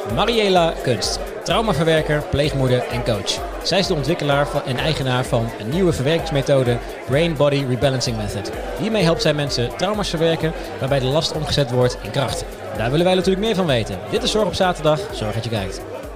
Mariela Kunst, traumaverwerker, pleegmoeder en coach. Zij is de ontwikkelaar en eigenaar van een nieuwe verwerkingsmethode, Brain Body Rebalancing Method. Hiermee helpt zij mensen trauma's verwerken, waarbij de last omgezet wordt in kracht. Daar willen wij natuurlijk meer van weten. Dit is Zorg op Zaterdag. Zorg dat je kijkt.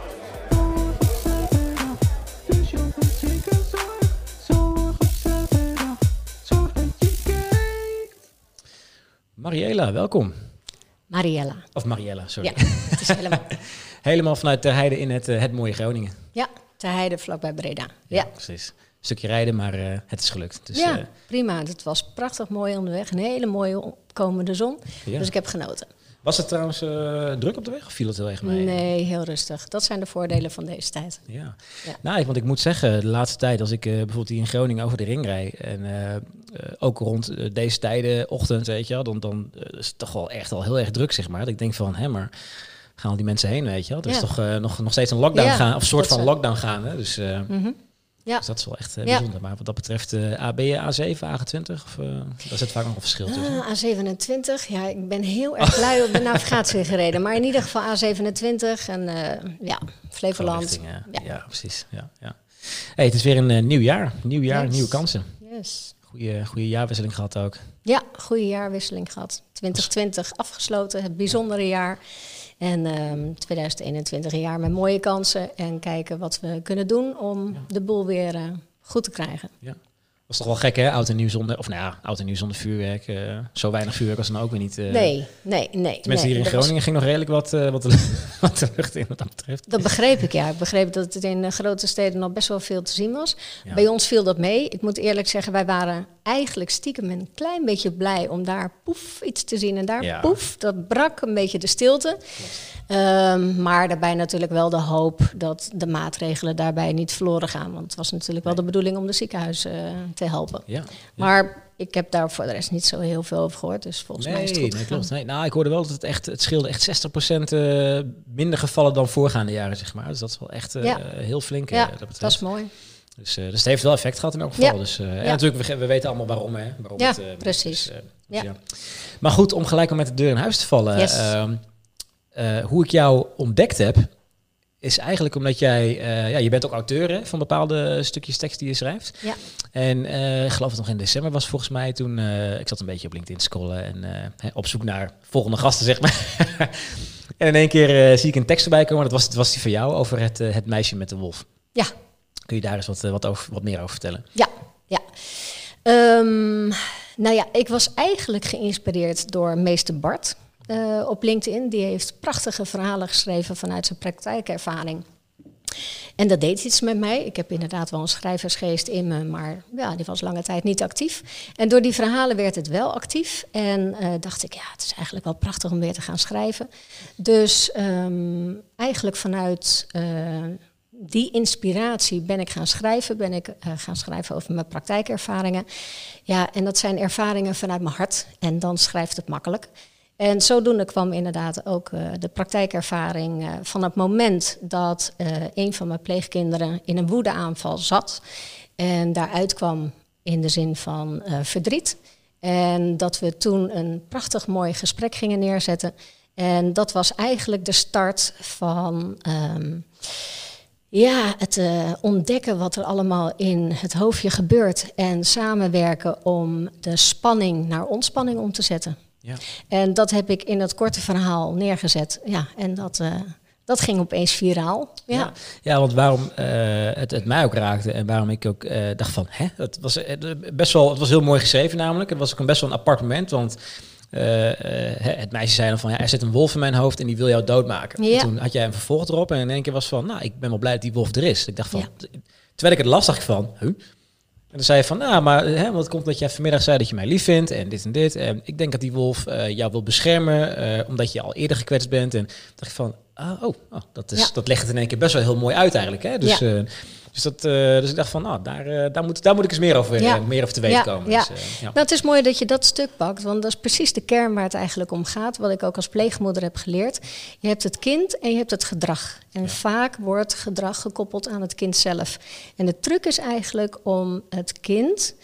Mariela, welkom. Mariella. Of Mariella, sorry. Ja, het is helemaal... Helemaal vanuit Ter Heide in het mooie Groningen. Ja, Ter Heide vlakbij Breda. Ja, precies. Een stukje rijden, maar het is gelukt. Dus, ja, prima. Het was prachtig mooi onderweg. Een hele mooie opkomende zon. Ja. Dus ik heb genoten. Was het trouwens druk op de weg of viel het heel erg mee? Nee, heel rustig. Dat zijn de voordelen van deze tijd. Ja. Nou, want ik moet zeggen, de laatste tijd als ik bijvoorbeeld hier in Groningen over de ring rijd en ook rond deze tijden, ochtend, weet je wel, dan is het toch wel echt al heel erg druk, zeg maar. Dat ik denk van, maar gaan al die mensen heen, weet je wel? Er is toch nog steeds een lockdown gaan, of een soort van lockdown gaan, hè? Dus, dus dat is wel echt bijzonder. Maar wat dat betreft, ben je A7, A28? Of daar zit vaak nog een verschil tussen? A27, ja, ik ben heel erg blij op de navigatie gereden. Maar in ieder geval A27 en Flevoland. Richting, ja, precies. Ja. Hey, het is weer een nieuw jaar. Nieuw jaar, nieuwe kansen. Yes. Goede jaarwisseling gehad ook. Ja, goede jaarwisseling gehad. 2020 afgesloten, het bijzondere jaar. En 2021 een jaar met mooie kansen. En kijken wat we kunnen doen om de boel weer goed te krijgen. Ja. Dat is toch wel gek, hè? Oud en nieuw zonder... Of oud en nieuw zonder vuurwerk. Zo weinig vuurwerk was dan ook weer niet... Nee. Mensen hier in Groningen ging nog redelijk wat de lucht in wat dat betreft. Dat begreep ik, ja. Ik begreep dat het in grote steden nog best wel veel te zien was. Ja. Bij ons viel dat mee. Ik moet eerlijk zeggen, wij waren eigenlijk stiekem een klein beetje blij om daar poef iets te zien. En daar poef, dat brak een beetje de stilte. Maar daarbij natuurlijk wel de hoop dat de maatregelen daarbij niet verloren gaan. Want het was natuurlijk wel de bedoeling om de ziekenhuizen te helpen. Ja. Maar ik heb daar voor de rest niet zo heel veel over gehoord. Dus volgens mij is het goed gegaan. Klopt. Nee, nou, ik hoorde wel dat het scheelde echt 60% minder gevallen dan voorgaande jaren, zeg maar. Dus dat is wel echt heel flink. Ja, dat is mooi. Dus het heeft wel effect gehad in elk geval. Ja. Dus, en natuurlijk, we weten allemaal waarom. Hè? Waarom het, precies. Maar goed, om gelijk al met de deur in huis te vallen. Yes. Hoe ik jou ontdekt heb, is eigenlijk omdat jij... je bent ook auteur, hè, van bepaalde stukjes tekst die je schrijft. Ja. En ik geloof het nog in december was volgens mij toen... ik zat een beetje op LinkedIn te scrollen en op zoek naar volgende gasten, zeg maar. En in één keer zie ik een tekst erbij komen. Dat was die van jou over het meisje met de wolf. Ja. Kun je daar eens wat meer over vertellen? Ja. Ik was eigenlijk geïnspireerd door meester Bart... op LinkedIn. Die heeft prachtige verhalen geschreven vanuit zijn praktijkervaring. En dat deed iets met mij. Ik heb inderdaad wel een schrijversgeest in me, maar die was lange tijd niet actief. En door die verhalen werd het wel actief. En dacht ik, het is eigenlijk wel prachtig om weer te gaan schrijven. Dus eigenlijk vanuit die inspiratie ben ik gaan schrijven over mijn praktijkervaringen. Ja, en dat zijn ervaringen vanuit mijn hart. En dan schrijft het makkelijk. En zodoende kwam inderdaad ook de praktijkervaring van het moment dat een van mijn pleegkinderen in een woedeaanval zat. En daaruit kwam in de zin van verdriet. En dat we toen een prachtig mooi gesprek gingen neerzetten. En dat was eigenlijk de start van het ontdekken wat er allemaal in het hoofdje gebeurt. En samenwerken om de spanning naar ontspanning om te zetten. Ja. En dat heb ik in dat korte verhaal neergezet. Ja, en dat ging opeens viraal. Ja, want waarom het mij ook raakte en waarom ik ook dacht van... Het was heel mooi geschreven namelijk. Het was ook best wel een apart moment, want... het meisje zei dan van, er zit een wolf in mijn hoofd en die wil jou doodmaken. Ja. En toen had jij een vervolg erop en in één keer was van... ik ben wel blij dat die wolf er is. Ik dacht van... Terwijl ik het las, dacht ik van... En dan zei je van, want het komt dat jij vanmiddag zei dat je mij lief vindt en dit en dit. En ik denk dat die wolf jou wil beschermen, omdat je al eerder gekwetst bent. En dacht ik van, dat legt het in één keer best wel heel mooi uit eigenlijk. Hè? Dus, dus ik dacht van, daar moet ik eens meer over te weten komen. Ja. Dus, Nou, het is mooi dat je dat stuk pakt, want dat is precies de kern waar het eigenlijk om gaat. Wat ik ook als pleegmoeder heb geleerd. Je hebt het kind en je hebt het gedrag. En vaak wordt gedrag gekoppeld aan het kind zelf. En de truc is eigenlijk om het kind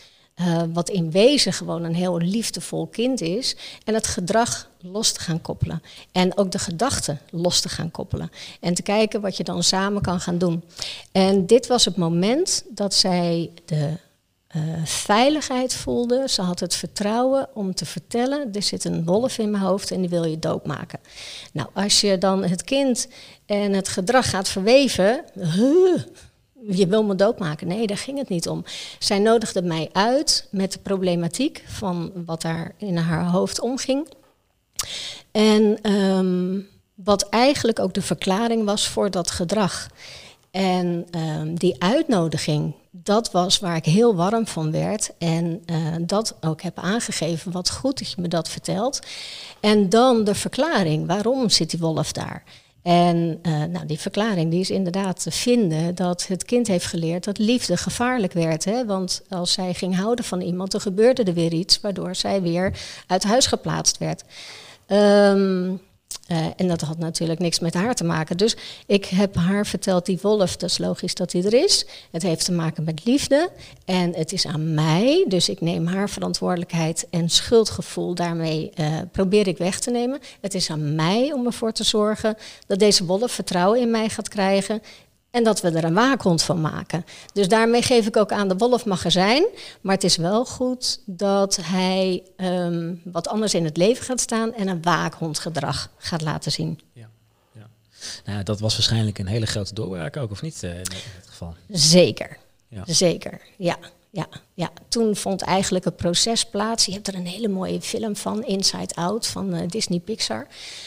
wat in wezen gewoon een heel liefdevol kind is. En het gedrag los te gaan koppelen. En ook de gedachten los te gaan koppelen. En te kijken wat je dan samen kan gaan doen. En dit was het moment dat zij de veiligheid voelde. Ze had het vertrouwen om te vertellen, er zit een wolf in mijn hoofd en die wil je doodmaken. Nou, als je dan het kind en het gedrag gaat verweven, je wil me doodmaken. Nee, daar ging het niet om. Zij nodigde mij uit met de problematiek van wat daar in haar hoofd omging. En wat eigenlijk ook de verklaring was voor dat gedrag. En die uitnodiging, dat was waar ik heel warm van werd. En dat ook heb aangegeven. Wat goed dat je me dat vertelt. En dan de verklaring. Waarom zit die wolf daar? En die verklaring die is inderdaad te vinden dat het kind heeft geleerd dat liefde gevaarlijk werd. Hè? Want als zij ging houden van iemand, dan gebeurde er weer iets waardoor zij weer uit huis geplaatst werd. En dat had natuurlijk niks met haar te maken. Dus ik heb haar verteld, die wolf, dat is logisch dat hij er is. Het heeft te maken met liefde. En het is aan mij, dus ik neem haar verantwoordelijkheid en schuldgevoel daarmee probeer ik weg te nemen. Het is aan mij om ervoor te zorgen dat deze wolf vertrouwen in mij gaat krijgen. En dat we er een waakhond van maken. Dus daarmee geef ik ook aan, de wolf mag er zijn. Maar het is wel goed dat hij wat anders in het leven gaat staan en een waakhondgedrag gaat laten zien. Ja. Nou, dat was waarschijnlijk een hele grote doorbraak ook, of niet, in dit geval? Zeker, ja. Zeker, ja. Toen vond eigenlijk het proces plaats. Je hebt er een hele mooie film van, Inside Out, van Disney Pixar.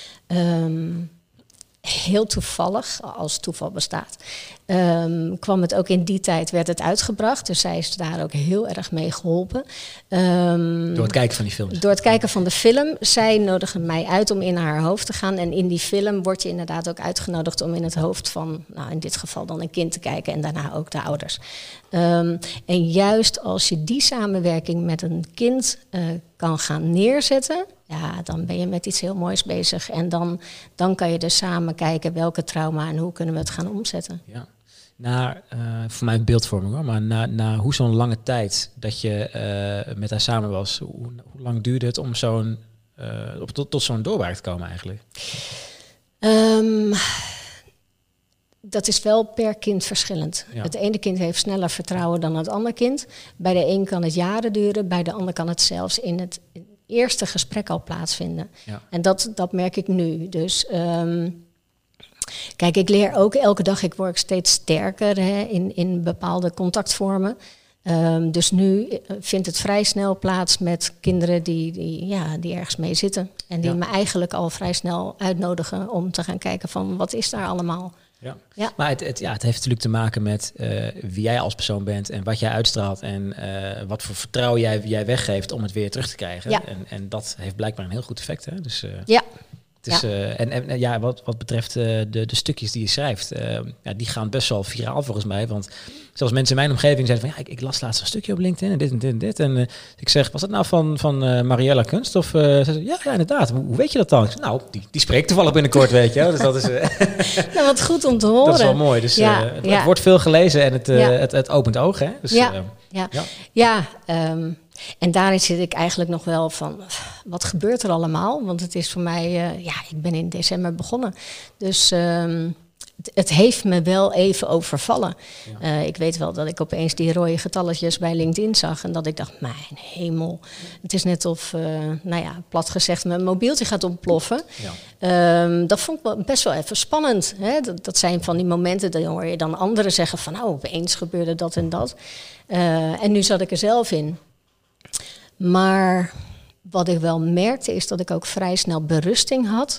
Heel toevallig, als toeval bestaat, kwam het ook in die tijd, werd het uitgebracht. Dus zij is daar ook heel erg mee geholpen. Door het kijken van die film? Door het kijken van de film. Zij nodigde mij uit om in haar hoofd te gaan. En in die film word je inderdaad ook uitgenodigd om in het hoofd van, nou in dit geval dan een kind te kijken en daarna ook de ouders. En juist als je die samenwerking met een kind kan gaan neerzetten, ja, dan ben je met iets heel moois bezig. En dan kan je dus samen kijken welke trauma en hoe kunnen we het gaan omzetten. Ja. Voor mij een beeldvorming hoor, maar na hoe zo'n lange tijd dat je met haar samen was, hoe lang duurde het om tot zo'n doorbraak te komen eigenlijk? Dat is wel per kind verschillend. Ja. Het ene kind heeft sneller vertrouwen dan het andere kind. Bij de een kan het jaren duren, bij de ander kan het zelfs in het eerste gesprek al plaatsvinden. Ja. En dat merk ik nu. Dus kijk, ik leer ook elke dag, ik word steeds sterker in bepaalde contactvormen. Dus nu vindt het vrij snel plaats met kinderen die ergens mee zitten. En die me eigenlijk al vrij snel uitnodigen om te gaan kijken van wat is daar allemaal. Ja. Maar het heeft natuurlijk te maken met wie jij als persoon bent en wat jij uitstraalt en wat voor vertrouwen jij weggeeft om het weer terug te krijgen. Ja. En dat heeft blijkbaar een heel goed effect. Hè? Dus, wat betreft de stukjes die je schrijft, die gaan best wel viraal volgens mij. Want zelfs mensen in mijn omgeving zeiden van ik las laatst een stukje op LinkedIn en dit en dit en dit. En ik zeg, was dat nou van Mariella Kunst? Of ze zei, ja, inderdaad. Hoe weet je dat dan? Ik zeg, nou, die spreekt toevallig binnenkort, weet je. Dus dat is nou, wat goed om te horen. Dat is wel mooi. Dus het wordt veel gelezen en het opent ogen. Hè? Dus, en daarin zit ik eigenlijk nog wel van, wat gebeurt er allemaal? Want het is voor mij, ik ben in december begonnen. Dus het heeft me wel even overvallen. Ja. Ik weet wel dat ik opeens die rode getalletjes bij LinkedIn zag. En dat ik dacht, mijn hemel. Het is net of, plat gezegd, mijn mobieltje gaat ontploffen. Ja. Dat vond ik best wel even spannend. Hè? Dat zijn van die momenten, dan hoor je dan anderen zeggen van, nou, opeens gebeurde dat en dat. En nu zat ik er zelf in. Maar wat ik wel merkte is dat ik ook vrij snel berusting had.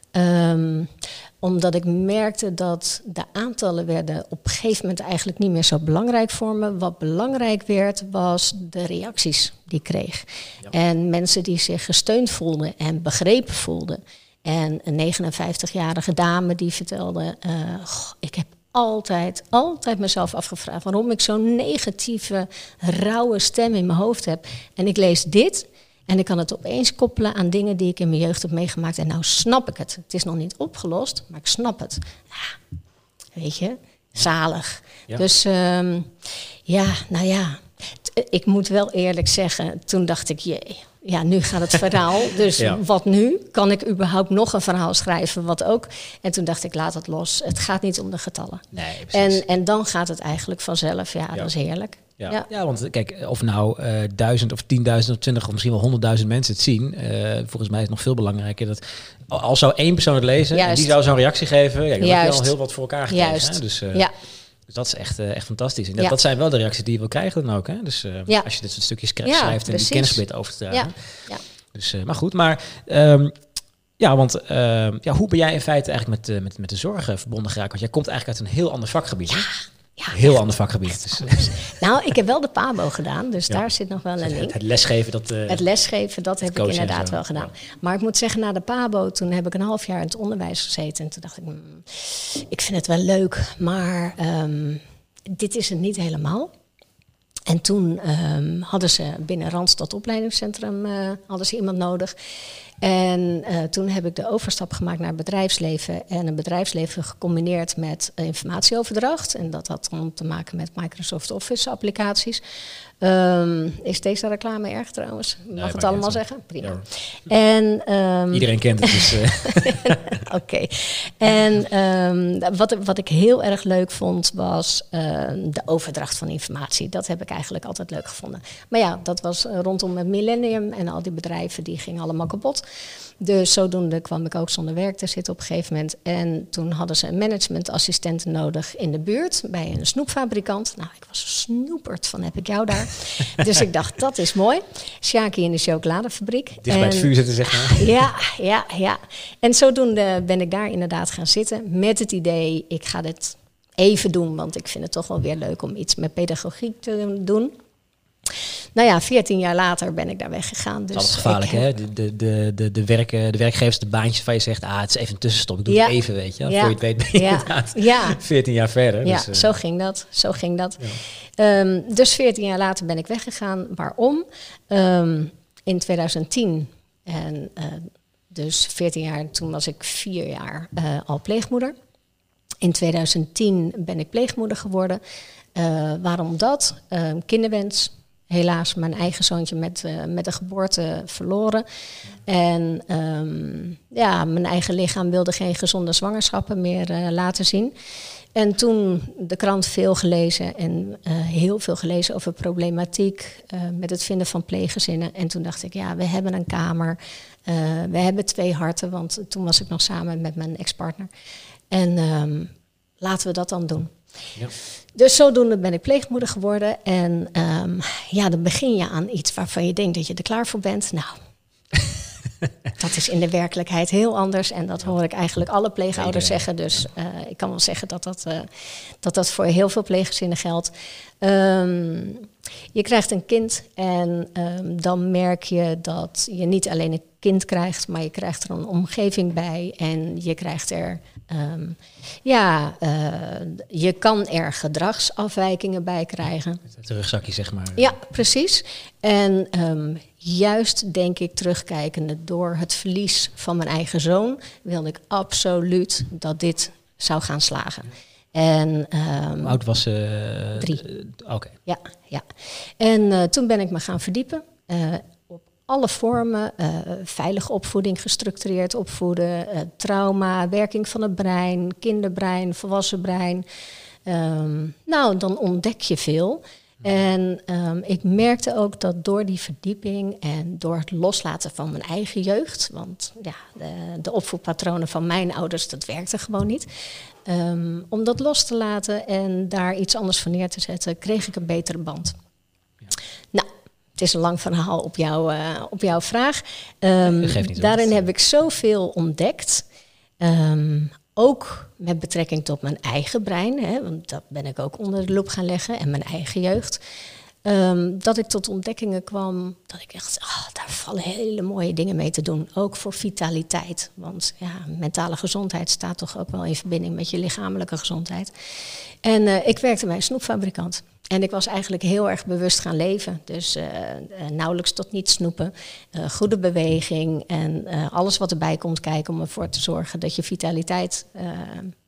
Omdat ik merkte dat de aantallen werden op een gegeven moment eigenlijk niet meer zo belangrijk voor me. Wat belangrijk werd, was de reacties die ik kreeg. Ja. En mensen die zich gesteund voelden en begrepen voelden. En een 59-jarige dame die vertelde, ik heb altijd mezelf afgevraagd waarom ik zo'n negatieve, rauwe stem in mijn hoofd heb. En ik lees dit en ik kan het opeens koppelen aan dingen die ik in mijn jeugd heb meegemaakt. En nou snap ik het. Het is nog niet opgelost, maar ik snap het. Ja, weet je, zalig. Ja. Dus ik moet wel eerlijk zeggen, toen dacht ik, jee, ja, nu gaat het verhaal. Dus wat nu? Kan ik überhaupt nog een verhaal schrijven? Wat ook? En toen dacht ik, laat het los. Het gaat niet om de getallen. Nee, precies. En dan gaat het eigenlijk vanzelf. Ja, dat is heerlijk. Ja, want kijk, of nou 1000 of 10.000 of 20 of misschien wel 100.000 mensen het zien. Volgens mij is het nog veel belangrijker dat al zou één persoon het lezen en die zou zo'n reactie geven, dan heb je al heel wat voor elkaar gekregen. Hè? Dus dat is echt fantastisch. En dat zijn wel de reacties die je wil krijgen dan ook. Hè? Dus als je dit soort stukjes schrijft en die kennis probeert over te dragen. Dus, maar goed, maar hoe ben jij in feite eigenlijk met de zorg verbonden geraakt? Want jij komt eigenlijk uit een heel ander vakgebied. Ja, heel ander vakgebied. Dus. Nou, ik heb wel de PABO gedaan, dus daar zit nog wel een link. Het lesgeven, dat heb ik inderdaad wel gedaan. Ja. Maar ik moet zeggen, na de PABO, toen heb ik een half jaar in het onderwijs gezeten. En toen dacht ik vind het wel leuk, maar dit is het niet helemaal. En toen hadden ze binnen Randstad Opleidingscentrum hadden ze iemand nodig. En toen heb ik de overstap gemaakt naar het bedrijfsleven. En een bedrijfsleven gecombineerd met informatieoverdracht. En dat had dan te maken met Microsoft Office applicaties. Is deze reclame erg trouwens? Mag het allemaal zeggen? Prima. Ja. En, iedereen kent het dus. Oké. En wat ik heel erg leuk vond was de overdracht van informatie. Dat heb ik eigenlijk altijd leuk gevonden. Maar ja, dat was rondom het millennium en al die bedrijven die gingen allemaal kapot. Dus zodoende kwam ik ook zonder werk te zitten op een gegeven moment. En toen hadden ze een managementassistent nodig in de buurt bij een snoepfabrikant. Nou, ik was snoeperd van heb ik jou daar. Dus ik dacht, dat is mooi. Sjaki in de chocoladefabriek. Dicht bij het vuur zitten, zeg maar. Ja. En zodoende ben ik daar inderdaad gaan zitten met het idee, ik ga dit even doen, want ik vind het toch wel weer leuk om iets met pedagogiek te doen. Nou ja, 14 jaar later ben ik daar weggegaan. Dus dat is gevaarlijk, hè? De werkgevers, de baantjes van je zegt, het is even een tussenstop, ik doe het even, weet je. Voor je het weet ben je inderdaad 14 jaar verder. Ja, dus, zo ging dat. Ja. Dus 14 jaar later ben ik weggegaan. Waarom? In 2010, en dus 14 jaar, toen was ik 4 jaar al pleegmoeder. In 2010 ben ik pleegmoeder geworden. Waarom dat? Kinderwens. Helaas mijn eigen zoontje met de geboorte verloren. En mijn eigen lichaam wilde geen gezonde zwangerschappen meer laten zien. En toen de krant veel gelezen en heel veel gelezen over problematiek met het vinden van pleeggezinnen. En toen dacht ik, we hebben een kamer, we hebben 2 harten, want toen was ik nog samen met mijn ex-partner. En laten we dat dan doen. Ja. Dus zodoende ben ik pleegmoeder geworden. En dan begin je aan iets waarvan je denkt dat je er klaar voor bent. Nou, dat is in de werkelijkheid heel anders. En dat hoor ik eigenlijk alle pleegouders zeggen. Dus ik kan wel zeggen dat voor heel veel pleeggezinnen geldt. Je krijgt een kind en dan merk je dat je niet alleen een kind krijgt, maar je krijgt er een omgeving bij en je krijgt er, je kan er gedragsafwijkingen bij krijgen. Het rugzakje, zeg maar. Ja, precies. En juist denk ik terugkijkende door het verlies van mijn eigen zoon, wilde ik absoluut dat dit zou gaan slagen. En, hoe oud was ze? 3. Oké. Ja. En toen ben ik me gaan verdiepen op alle vormen. Veilige opvoeding, gestructureerd opvoeden, trauma, werking van het brein, kinderbrein, volwassen brein. Dan ontdek je veel. En ik merkte ook dat door die verdieping en door het loslaten van mijn eigen jeugd, want de opvoedpatronen van mijn ouders, dat werkte gewoon niet. Om dat los te laten en daar iets anders voor neer te zetten, kreeg ik een betere band. Ja. Nou, het is een lang verhaal op jouw vraag. Daarin heb ik zoveel ontdekt. Ook met betrekking tot mijn eigen brein, hè, want dat ben ik ook onder de loep gaan leggen, en mijn eigen jeugd. Dat ik tot ontdekkingen kwam dat ik dacht, daar vallen hele mooie dingen mee te doen. Ook voor vitaliteit. Want mentale gezondheid staat toch ook wel in verbinding met je lichamelijke gezondheid. En ik werkte bij een snoepfabrikant. En ik was eigenlijk heel erg bewust gaan leven. Dus nauwelijks tot niet snoepen. Goede beweging en alles wat erbij komt kijken om ervoor te zorgen dat je vitaliteit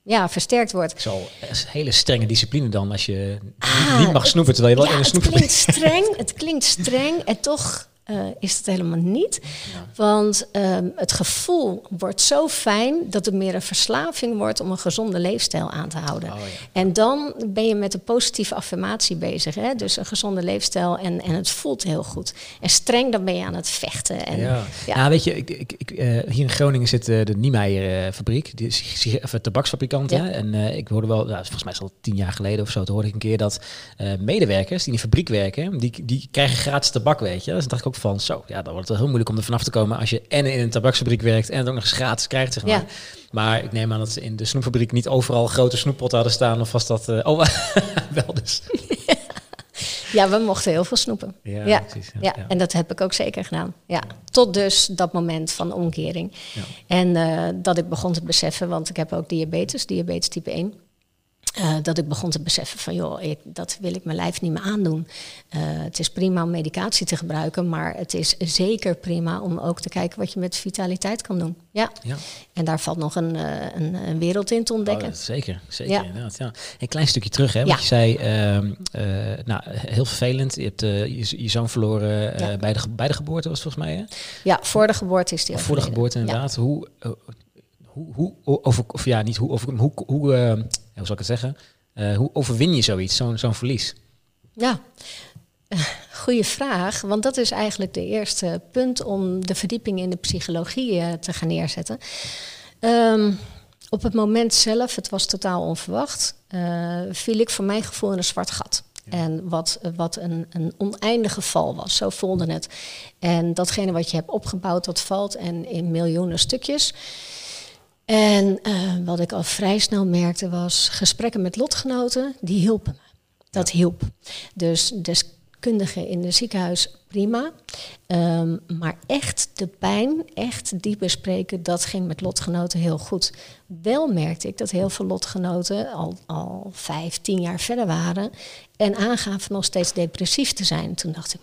versterkt wordt. Het is al een hele strenge discipline dan als je niet mag snoepen terwijl je wel in een snoepfabriek... Het klinkt streng en toch is het helemaal niet. Ja. Want het gevoel wordt zo fijn dat het meer een verslaving wordt om een gezonde leefstijl aan te houden. Oh, ja. En dan ben je met de positieve affirmatie bezig. Hè? Dus een gezonde leefstijl en het voelt heel goed. En streng, dan ben je aan het vechten. En, Nou, weet je, hier in Groningen zit de Niemeyer fabriek, de tabaksfabrikant. Ja. En ik hoorde wel, volgens mij is het al 10 jaar geleden of zo, toen hoorde ik een keer dat medewerkers die in de fabriek werken, die krijgen gratis tabak, weet je. Dus dacht ik ook van, dan wordt het wel heel moeilijk om er vanaf te komen als je en in een tabaksfabriek werkt en het ook nog eens gratis krijgt, zeg maar. Ja. Maar ik neem aan dat ze in de snoepfabriek niet overal grote snoeppotten hadden staan, of was dat... wel dus. Ja, we mochten heel veel snoepen. Ja, precies. Ja, en dat heb ik ook zeker gedaan. Ja. Tot dus dat moment van omkering. Ja. En dat ik begon te beseffen, want ik heb ook diabetes type 1. Dat ik begon te beseffen van, dat wil ik mijn lijf niet meer aandoen. Het is prima om medicatie te gebruiken, maar het is zeker prima om ook te kijken wat je met vitaliteit kan doen. Ja. En daar valt nog een wereld in te ontdekken. Oh, zeker inderdaad. Ja. Een klein stukje terug, hè? Want je zei, heel vervelend. Je hebt je zoon verloren bij de geboorte, was het volgens mij, hè? Ja, voor de geboorte is die voor de geboorte, inderdaad. Ja. Hoe zal ik het zeggen? Hoe overwin je zoiets, zo'n verlies? Ja, goeie vraag. Want dat is eigenlijk de eerste punt om de verdieping in de psychologie te gaan neerzetten. Op het moment zelf, het was totaal onverwacht, viel ik voor mijn gevoel in een zwart gat. Ja. En wat een oneindige val was, zo voelde het. En datgene wat je hebt opgebouwd, dat valt en in miljoenen stukjes. En wat ik al vrij snel merkte was gesprekken met lotgenoten, die hielpen me. Dat hielp. Dus deskundigen in het ziekenhuis, prima. Maar echt de pijn, echt die bespreken, dat ging met lotgenoten heel goed. Wel merkte ik dat heel veel lotgenoten al 5, 10 jaar verder waren en aangaven nog steeds depressief te zijn. Toen dacht ik,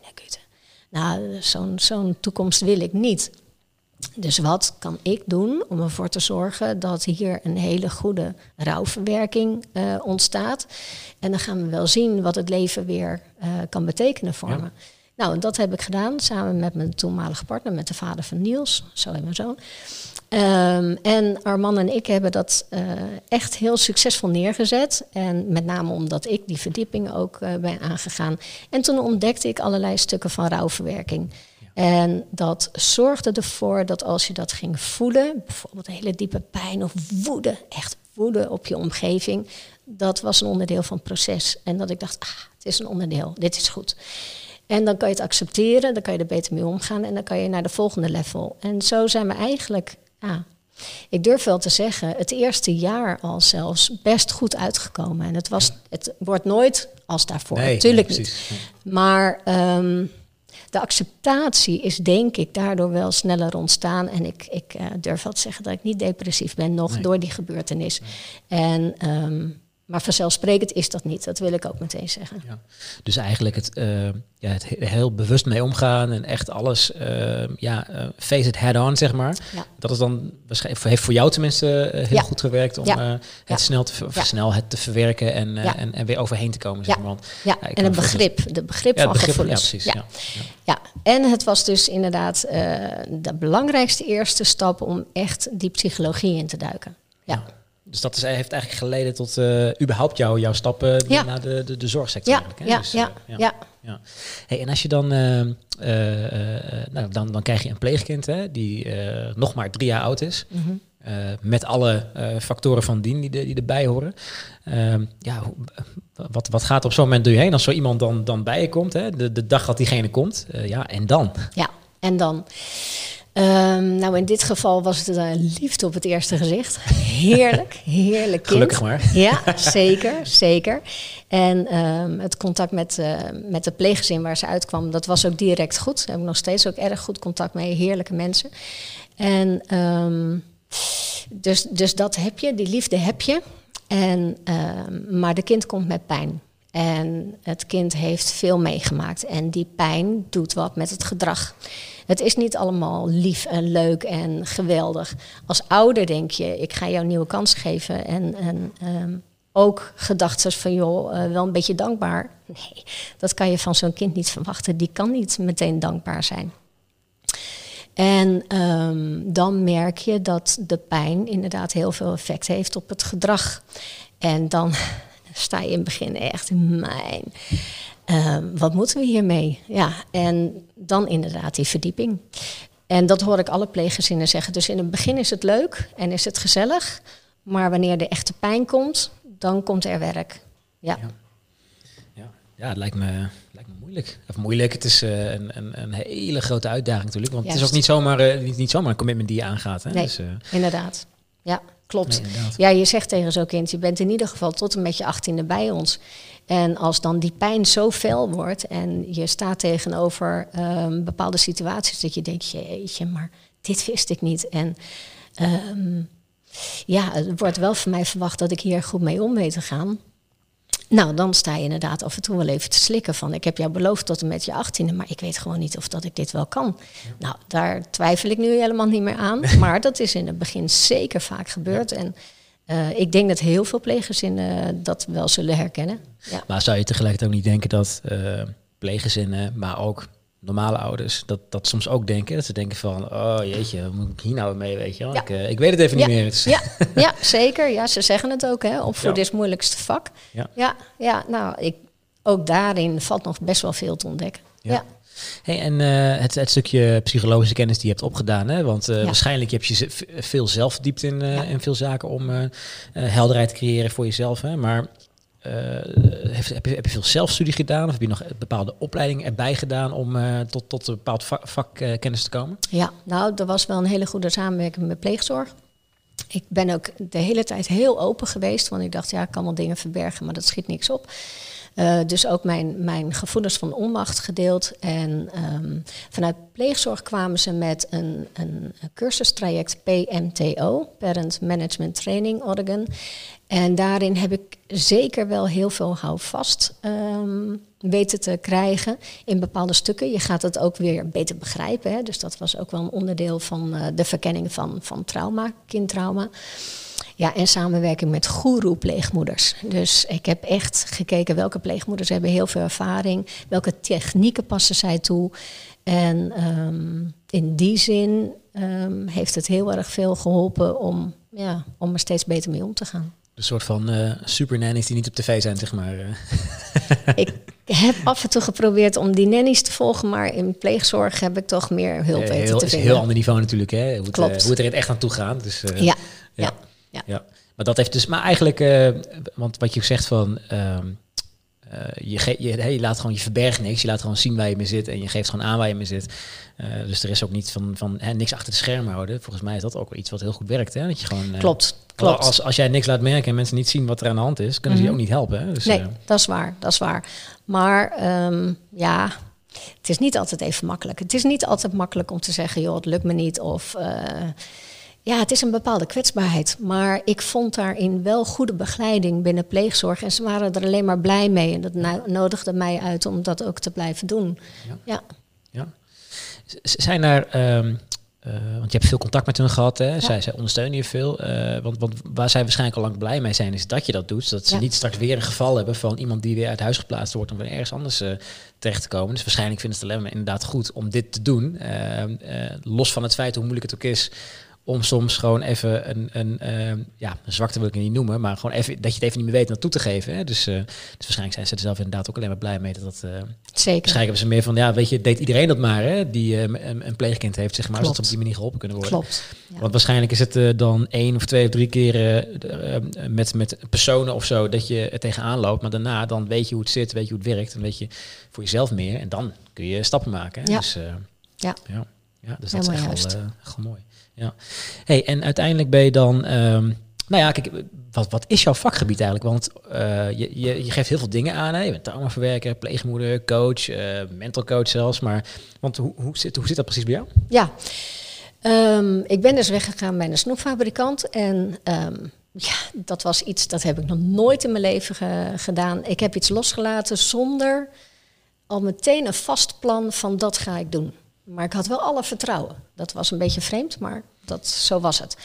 zo'n toekomst wil ik niet. Dus wat kan ik doen om ervoor te zorgen dat hier een hele goede rouwverwerking ontstaat? En dan gaan we wel zien wat het leven weer kan betekenen voor me. Nou, en dat heb ik gedaan samen met mijn toenmalige partner, met de vader van Niels, zo en mijn zoon. En Arman en ik hebben dat echt heel succesvol neergezet. En met name omdat ik die verdieping ook ben aangegaan. En toen ontdekte ik allerlei stukken van rouwverwerking. En dat zorgde ervoor dat als je dat ging voelen, bijvoorbeeld hele diepe pijn of woede, echt woede op je omgeving, dat was een onderdeel van het proces. En dat ik dacht, het is een onderdeel, dit is goed. En dan kan je het accepteren, dan kan je er beter mee omgaan en dan kan je naar de volgende level. En zo zijn we eigenlijk, ik durf wel te zeggen, het eerste jaar al zelfs best goed uitgekomen. En het wordt nooit als daarvoor, natuurlijk niet. Maar de acceptatie is denk ik daardoor wel sneller ontstaan. En ik durf wel te zeggen dat ik niet depressief ben door die gebeurtenis. En, maar vanzelfsprekend is dat niet. Dat wil ik ook meteen zeggen. Ja. Dus eigenlijk het heel bewust mee omgaan en echt alles face it head on, zeg maar. Ja. Dat is dan waarschijnlijk heeft voor jou tenminste heel goed gewerkt om het snel te verwerken en weer overheen te komen, zeg maar. En een begrip, de begrip van gevoelens. Ja, precies. Ja, en het was dus inderdaad de belangrijkste eerste stap om echt die psychologie in te duiken. Ja. Dus dat heeft eigenlijk geleden tot überhaupt jouw stappen naar de zorgsector. Ja. Hey, en als je dan krijg je een pleegkind, hè, die nog maar 3 jaar oud is. Mm-hmm. Met alle factoren van dien die erbij horen. Wat gaat op zo'n moment door je heen als zo iemand dan bij je komt? Hè? De dag dat diegene komt. En dan? Ja, en dan? Nou, in dit geval was het liefde op het eerste gezicht. Heerlijk kind. Gelukkig maar. Ja, zeker. En het contact met het pleeggezin waar ze uitkwam, dat was ook direct goed. Daar heb ik nog steeds ook erg goed contact mee. Heerlijke mensen. En dus dat heb je, die liefde heb je. Maar de kind komt met pijn. En het kind heeft veel meegemaakt. En die pijn doet wat met het gedrag. Het is niet allemaal lief en leuk en geweldig. Als ouder denk je, ik ga jou een nieuwe kans geven. En ook gedachten van, wel een beetje dankbaar. Nee, dat kan je van zo'n kind niet verwachten. Die kan niet meteen dankbaar zijn. En dan merk je dat de pijn inderdaad heel veel effect heeft op het gedrag. En dan sta je in het begin echt, wat moeten we hiermee? Ja, en dan inderdaad die verdieping. En dat hoor ik alle pleeggezinnen zeggen. Dus in het begin is het leuk en is het gezellig. Maar wanneer de echte pijn komt, dan komt er werk. Ja. Ja, het lijkt me moeilijk. Of moeilijk, het is een hele grote uitdaging natuurlijk. Want het is ook niet zomaar een commitment die je aangaat. Hè? Nee, dus, inderdaad. Ja, klopt. Nee, inderdaad. Ja, je zegt tegen zo'n kind, je bent in ieder geval tot en met je 18e bij ons. En als dan die pijn zo fel wordt en je staat tegenover bepaalde situaties dat je denkt, jeetje, maar dit wist ik niet. En het wordt wel van mij verwacht dat ik hier goed mee om weet te gaan. Nou, dan sta je inderdaad af en toe wel even te slikken van, ik heb jou beloofd tot en met je 18e, maar ik weet gewoon niet of dat ik dit wel kan. Ja. Nou, daar twijfel ik nu helemaal niet meer aan. Maar dat is in het begin zeker vaak gebeurd. Ja. En ik denk dat heel veel pleeggezinnen dat wel zullen herkennen. Ja. Maar zou je tegelijkertijd ook niet denken dat pleeggezinnen, maar ook normale ouders, dat soms ook denken? Dat ze denken van, oh jeetje, wat moet ik hier nou mee, weet je wel? Ja. Ik weet het even niet meer. Dus. Ja, zeker. Ja, ze zeggen het ook, hè, voor dit moeilijkste vak. Ja, nou, ook daarin valt nog best wel veel te ontdekken. Ja. Hey, en het stukje psychologische kennis die je hebt opgedaan, hè? Want waarschijnlijk heb je veel zelf verdiept in veel zaken om helderheid te creëren voor jezelf, hè? Maar heb je veel zelfstudie gedaan of heb je nog bepaalde opleidingen erbij gedaan om tot een bepaald vakkennis te komen? Ja, nou, er was wel een hele goede samenwerking met pleegzorg. Ik ben ook de hele tijd heel open geweest, want ik dacht, ik kan wel dingen verbergen, maar dat schiet niks op. Dus ook mijn gevoelens van onmacht gedeeld. En vanuit pleegzorg kwamen ze met een cursustraject PMTO, Parent Management Training Oregon. En daarin heb ik zeker wel heel veel houvast weten te krijgen in bepaalde stukken. Je gaat het ook weer beter begrijpen. Hè? Dus dat was ook wel een onderdeel van de verkenning van trauma, kindtrauma. Ja, en samenwerking met goeroe-pleegmoeders. Dus ik heb echt gekeken welke pleegmoeders hebben heel veel ervaring. Welke technieken passen zij toe. En in die zin heeft het heel erg veel geholpen om er steeds beter mee om te gaan. Een soort van supernannies die niet op tv zijn, zeg maar. Ik heb af en toe geprobeerd om die nannies te volgen, maar in pleegzorg heb ik toch meer hulp weten te vinden. Het is een heel ander niveau natuurlijk, hè? Hoe het er echt aan toe gaat. Dus, Ja. Maar dat heeft dus, maar eigenlijk, want wat je zegt van, je laat gewoon, je verbergt niks, je laat gewoon zien waar je mee zit en je geeft gewoon aan waar je mee zit. Dus er is ook niet van niks achter de schermen houden. Volgens mij is dat ook wel iets wat heel goed werkt, hè? Dat je gewoon, Klopt. Als jij niks laat merken en mensen niet zien wat er aan de hand is, kunnen ze je ook niet helpen. Hè? Dus, nee, dat is waar. Maar het is niet altijd even makkelijk. Het is niet altijd makkelijk om te zeggen, joh, het lukt me niet of... het is een bepaalde kwetsbaarheid. Maar ik vond daarin wel goede begeleiding binnen pleegzorg. En ze waren er alleen maar blij mee. En dat nodigde mij uit om dat ook te blijven doen. Ja. Zijn er... want je hebt veel contact met hun gehad. Hè? Zij ondersteunen je veel. Want waar zij waarschijnlijk al lang blij mee zijn, is dat je dat doet. Zodat ze niet straks weer een geval hebben van iemand die weer uit huis geplaatst wordt om weer ergens anders terecht te komen. Dus waarschijnlijk vinden ze het alleen maar inderdaad goed om dit te doen. Los van het feit hoe moeilijk het ook is om soms gewoon even een zwakte wil ik niet noemen, maar gewoon even dat je het even niet meer weet naartoe te geven. Hè? Dus waarschijnlijk zijn ze er zelf inderdaad ook alleen maar blij mee dat Zeker. Waarschijnlijk hebben ze meer van, weet je, deed iedereen dat maar, hè? Die een pleegkind heeft, zeg maar, Klopt. zodat ze op die manier geholpen kunnen worden. Klopt. Ja. Want waarschijnlijk is het dan 1 of 2 of 3 keren met personen of zo dat je er tegenaan loopt, maar daarna dan weet je hoe het zit, weet je hoe het werkt en weet je voor jezelf meer en dan kun je stappen maken. Hè? Ja. Dus, dus dat helemaal is echt wel mooi. Ja. Hey, en uiteindelijk ben je dan... kijk, wat is jouw vakgebied eigenlijk? Want je geeft heel veel dingen aan. Hè? Je bent traumaverwerker, pleegmoeder, coach, mental coach zelfs. Maar hoe zit dat precies bij jou? Ja, ik ben dus weggegaan bij een snoepfabrikant. En Ja, dat was iets, dat heb ik nog nooit in mijn leven gedaan. Ik heb iets losgelaten zonder al meteen een vast plan van dat ga ik doen. Maar ik had wel alle vertrouwen. Dat was een beetje vreemd, maar zo was het.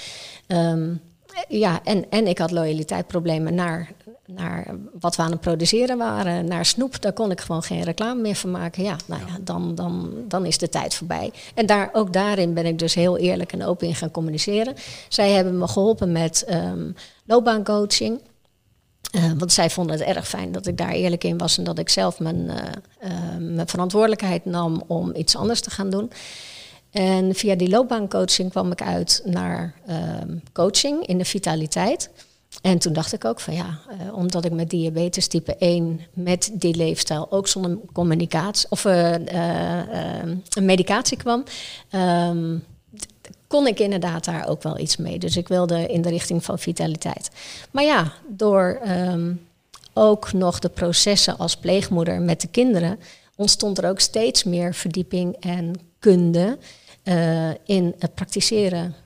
En ik had loyaliteitsproblemen naar wat we aan het produceren waren. Naar snoep, daar kon ik gewoon geen reclame meer van maken. Ja, dan is de tijd voorbij. En ook daarin ben ik dus heel eerlijk en open in gaan communiceren. Zij hebben me geholpen met loopbaancoaching. Want zij vonden het erg fijn dat ik daar eerlijk in was... en dat ik zelf mijn verantwoordelijkheid nam om iets anders te gaan doen. En via die loopbaancoaching kwam ik uit naar coaching in de vitaliteit. En toen dacht ik ook van omdat ik met diabetes type 1 met die leefstijl ook zonder communicatie of medicatie kwam, kon ik inderdaad daar ook wel iets mee. Dus ik wilde in de richting van vitaliteit. Maar door ook nog de processen als pleegmoeder met de kinderen ontstond er ook steeds meer verdieping en kunde in het praktiseren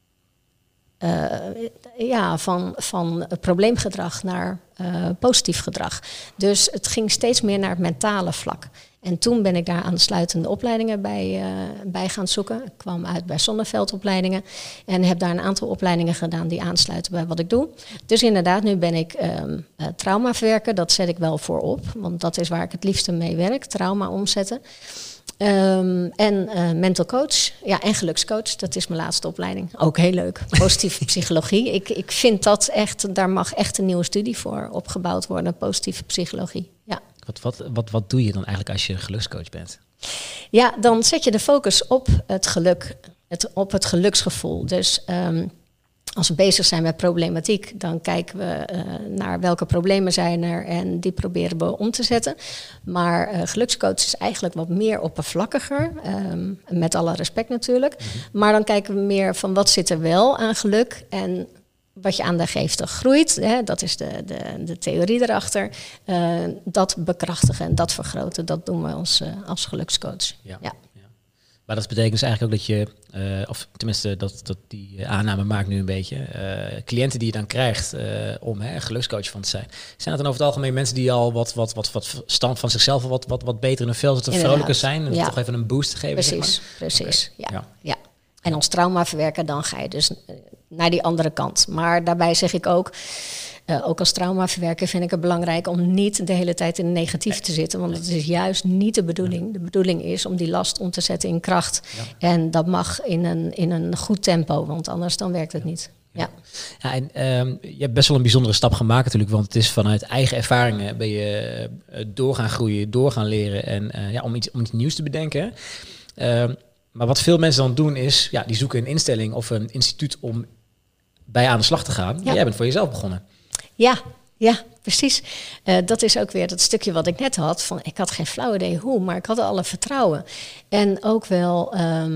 van probleemgedrag naar positief gedrag. Dus het ging steeds meer naar het mentale vlak. En toen ben ik daar aansluitende opleidingen bij gaan zoeken. Ik kwam uit bij Zonneveldopleidingen en heb daar een aantal opleidingen gedaan die aansluiten bij wat ik doe. Dus inderdaad, nu ben ik traumaverwerker, dat zet ik wel voorop, want dat is waar ik het liefste mee werk, trauma omzetten. En mental coach, en gelukscoach, dat is mijn laatste opleiding. Ook heel leuk. Positieve psychologie. Ik vind dat echt, daar mag echt een nieuwe studie voor opgebouwd worden, positieve psychologie. Ja. Wat doe je dan eigenlijk als je gelukscoach bent? Ja, dan zet je de focus op het geluk, op het geluksgevoel. Dus als we bezig zijn met problematiek, dan kijken we naar welke problemen zijn er en die proberen we om te zetten. Maar gelukscoach is eigenlijk wat meer oppervlakkiger, met alle respect natuurlijk. Maar dan kijken we meer van wat zit er wel aan geluk en wat je aandacht geeft, dat groeit. Hè, dat is de theorie erachter. Dat bekrachtigen en dat vergroten, dat doen we als gelukscoach. Ja. Maar dat betekent dus eigenlijk ook dat je, of tenminste dat die aanname maakt nu een beetje, cliënten die je dan krijgt om een gelukscoach van te zijn. Zijn dat dan over het algemeen mensen die al wat stand van zichzelf wat beter in hun vel zitten, vrolijker zijn en toch even een boost geven? Precies. Okay. Ja. En als traumaverwerker dan ga je dus naar die andere kant. Maar daarbij zeg ik ook als traumaverwerker vind ik het belangrijk om niet de hele tijd in het negatief te zitten. Want dat is juist niet de bedoeling. De bedoeling is om die last om te zetten in kracht. Ja. En dat mag in een goed tempo, want anders dan werkt het niet. Ja, en je hebt best wel een bijzondere stap gemaakt natuurlijk. Want het is vanuit eigen ervaringen ben je door gaan groeien, door gaan leren. En om iets nieuws te bedenken. Maar wat veel mensen dan doen is, die zoeken een instelling of een instituut om bij aan de slag te gaan. Ja. Jij bent voor jezelf begonnen. Ja, precies. Dat is ook weer dat stukje wat ik net had. Van, ik had geen flauw idee hoe, maar ik had alle vertrouwen. En ook wel,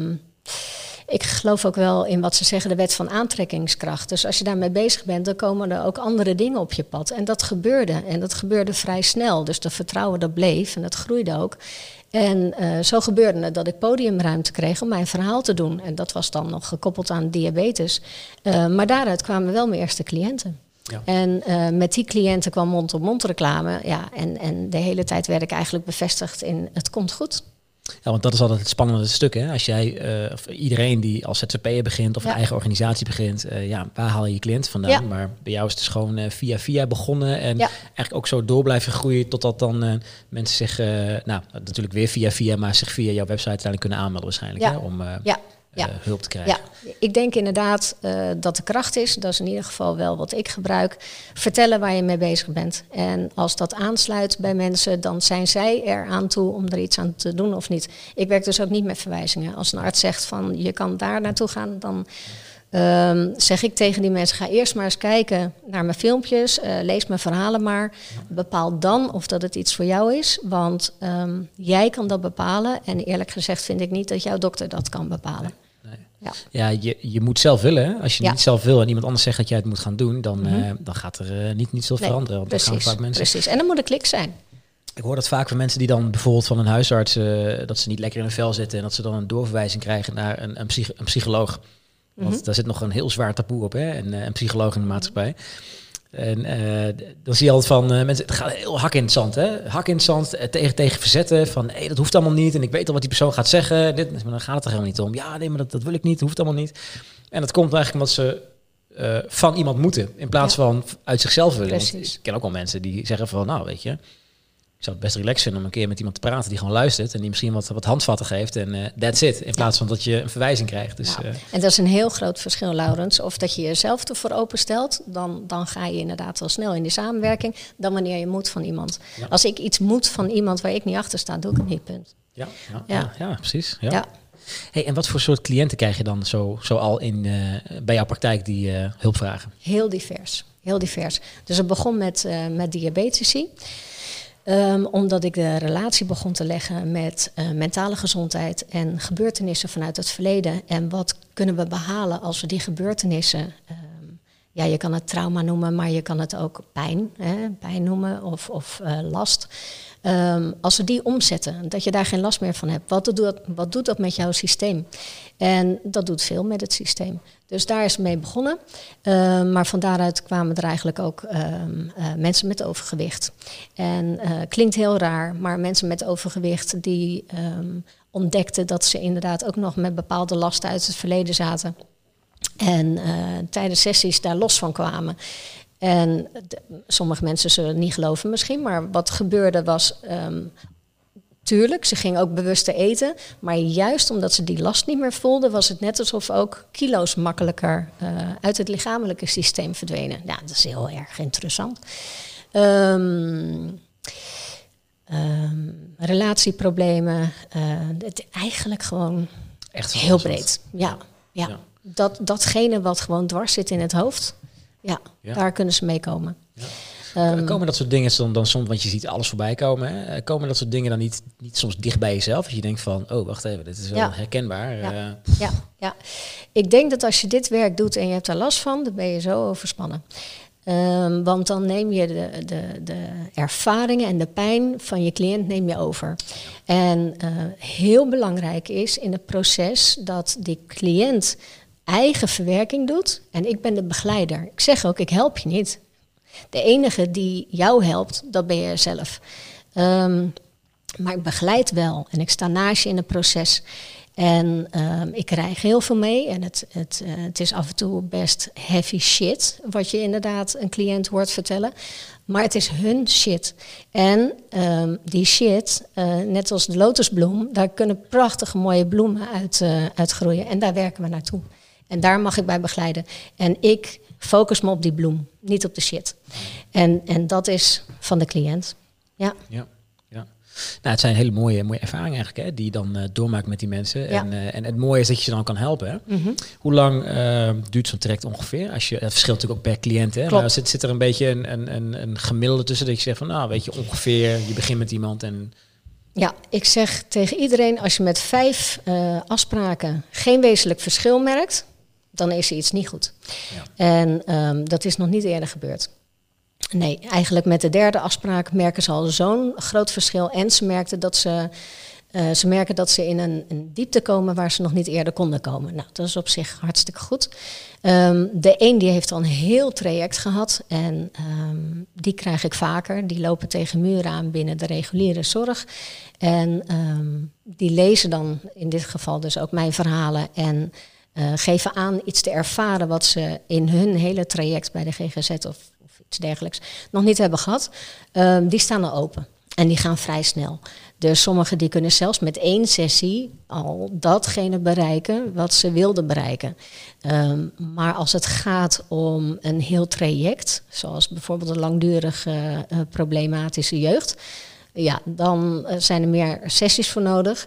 ik geloof ook wel in wat ze zeggen, de wet van aantrekkingskracht. Dus als je daarmee bezig bent, dan komen er ook andere dingen op je pad. En dat gebeurde. En dat gebeurde vrij snel. Dus dat vertrouwen dat bleef en dat groeide ook. En zo gebeurde het dat ik podiumruimte kreeg om mijn verhaal te doen. En dat was dan nog gekoppeld aan diabetes. Maar daaruit kwamen wel mijn eerste cliënten. Ja. En met die cliënten kwam mond-op-mond reclame. Ja, en de hele tijd werd ik eigenlijk bevestigd in het komt goed. Ja, want dat is altijd het spannende stuk. Hè? Als jij of iedereen die als ZZP'er begint of een eigen organisatie begint, waar haal je cliënten vandaan? Ja. Maar bij jou is het dus gewoon via begonnen en eigenlijk ook zo door blijven groeien totdat dan mensen zich, natuurlijk weer via, maar zich via jouw website uiteindelijk kunnen aanmelden waarschijnlijk. Hè? Om hulp te krijgen. Ja, ik denk inderdaad dat de kracht is. Dat is in ieder geval wel wat ik gebruik. Vertellen waar je mee bezig bent. En als dat aansluit bij mensen, dan zijn zij er aan toe om er iets aan te doen of niet. Ik werk dus ook niet met verwijzingen. Als een arts zegt van je kan daar naartoe gaan, dan zeg ik tegen die mensen, ga eerst maar eens kijken naar mijn filmpjes, lees mijn verhalen maar. Bepaal dan of dat het iets voor jou is, want jij kan dat bepalen. En eerlijk gezegd vind ik niet dat jouw dokter dat kan bepalen. Ja, je moet zelf willen. Hè? Als je niet zelf wil en iemand anders zegt dat jij het moet gaan doen, dan gaat er niet veel veranderen. Want precies, gaan vaak mensen. Precies. En dan moet een klik zijn. Ik hoor dat vaak van mensen die dan bijvoorbeeld van een huisarts dat ze niet lekker in hun vel zitten en dat ze dan een doorverwijzing krijgen naar een psycholoog. Want daar zit nog een heel zwaar taboe op, hè? En psycholoog in de maatschappij. En dan zie je altijd van mensen, het gaat heel hak in het zand, hè? Hak in het zand, tegen verzetten van nee, dat hoeft allemaal niet. En ik weet al wat die persoon gaat zeggen. Maar dan gaat het er helemaal niet om. Ja, nee, maar dat wil ik niet, dat hoeft allemaal niet. En dat komt eigenlijk omdat ze van iemand moeten, in plaats van uit zichzelf willen. Want ik ken ook wel mensen die zeggen van, nou, weet je, ik zou het best relaxed vinden om een keer met iemand te praten die gewoon luistert en die misschien wat handvatten geeft en that's it. In plaats van dat je een verwijzing krijgt. Dus, en dat is een heel groot verschil, Laurens. Of dat je jezelf ervoor openstelt, dan ga je inderdaad wel snel in die samenwerking, dan wanneer je moet van iemand. Ja. Als ik iets moet van iemand waar ik niet achter sta, doe ik het niet, punt. Ja, precies. Ja. Hey, en wat voor soort cliënten krijg je dan zo al bij jouw praktijk die hulp vragen? Heel divers. Dus het begon met diabetici. Omdat ik de relatie begon te leggen met mentale gezondheid en gebeurtenissen vanuit het verleden. En wat kunnen we behalen als we die gebeurtenissen, je kan het trauma noemen, maar je kan het ook pijn noemen of last. Als we die omzetten, dat je daar geen last meer van hebt, wat doet dat met jouw systeem? En dat doet veel met het systeem. Dus daar is het mee begonnen. Maar van daaruit kwamen er eigenlijk ook mensen met overgewicht. En klinkt heel raar, maar mensen met overgewicht die ontdekten dat ze inderdaad ook nog met bepaalde lasten uit het verleden zaten. En tijdens sessies daar los van kwamen. En sommige mensen zullen het niet geloven misschien, maar wat gebeurde was, tuurlijk, ze gingen ook bewuster eten. Maar juist omdat ze die last niet meer voelden, was het net alsof ook kilo's makkelijker uit het lichamelijke systeem verdwenen. Ja, dat is heel erg interessant. Relatieproblemen, eigenlijk gewoon echt heel breed. Ja. Datgene wat gewoon dwars zit in het hoofd. Ja, daar kunnen ze mee komen. Ja. Komen dat soort dingen dan soms, want je ziet alles voorbij komen, hè? Komen dat soort dingen dan niet soms dicht bij jezelf? Als je denkt van, oh, wacht even, dit is wel herkenbaar. Ja. Ik denk dat als je dit werk doet en je hebt daar last van, dan ben je zo overspannen. Want dan neem je de ervaringen en de pijn van je cliënt neem je over. En heel belangrijk is in het proces dat die cliënt eigen verwerking doet en ik ben de begeleider. Ik zeg ook, ik help je niet. De enige die jou helpt, dat ben je zelf. Maar ik begeleid wel en ik sta naast je in het proces. En ik krijg heel veel mee en het is af en toe best heavy shit wat je inderdaad een cliënt hoort vertellen. Maar het is hun shit. En die shit, net als de lotusbloem, daar kunnen prachtige mooie bloemen uit groeien. En daar werken we naartoe. En daar mag ik bij begeleiden. En ik focus me op die bloem, niet op de shit. En dat is van de cliënt. Ja. Nou, het zijn hele mooie ervaringen eigenlijk, hè, die je dan doormaakt met die mensen. Ja. En het mooie is dat je ze dan kan helpen. Hè? Mm-hmm. Hoe lang duurt zo'n traject ongeveer? Het verschilt natuurlijk ook per cliënt. Hè? Maar zit er een beetje een gemiddelde tussen dat je zegt van, nou, weet je, ongeveer, je begint met iemand en... Ja, ik zeg tegen iedereen, als je met 5 afspraken geen wezenlijk verschil merkt, dan is er iets niet goed. Ja. En dat is nog niet eerder gebeurd. Nee, eigenlijk met de 3e afspraak merken ze al zo'n groot verschil. En ze merken dat ze in een diepte komen waar ze nog niet eerder konden komen. Nou, dat is op zich hartstikke goed. De een die heeft al een heel traject gehad. En die krijg ik vaker. Die lopen tegen muren aan binnen de reguliere zorg. En die lezen dan in dit geval dus ook mijn verhalen. En geven aan iets te ervaren wat ze in hun hele traject bij de GGZ of iets dergelijks nog niet hebben gehad. Die staan al open. En die gaan vrij snel. Dus sommigen die kunnen zelfs met 1 sessie al datgene bereiken wat ze wilden bereiken. Maar als het gaat om een heel traject, zoals bijvoorbeeld een langdurige problematische jeugd, ja, dan zijn er meer sessies voor nodig.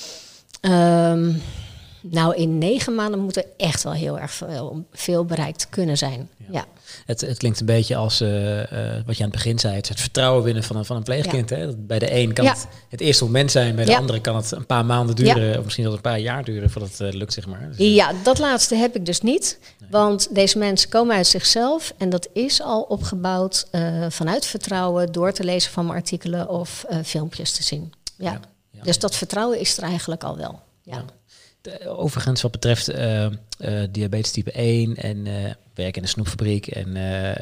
Nou, in 9 maanden moet er echt wel heel erg veel bereikt kunnen zijn. Ja. Het klinkt een beetje als wat je aan het begin zei, het vertrouwen winnen van een pleegkind. Hè? Bij de een kan het eerste moment zijn, bij de andere kan het een paar maanden duren, of misschien wel een paar jaar duren voordat het lukt, zeg maar. Dus, ja, dat laatste heb ik dus niet. Nee. Want deze mensen komen uit zichzelf en dat is al opgebouwd vanuit vertrouwen door te lezen van mijn artikelen of filmpjes te zien. Ja. Dus dat vertrouwen is er eigenlijk al wel. Ja. Overigens wat betreft diabetes type 1 en werk in de snoepfabriek en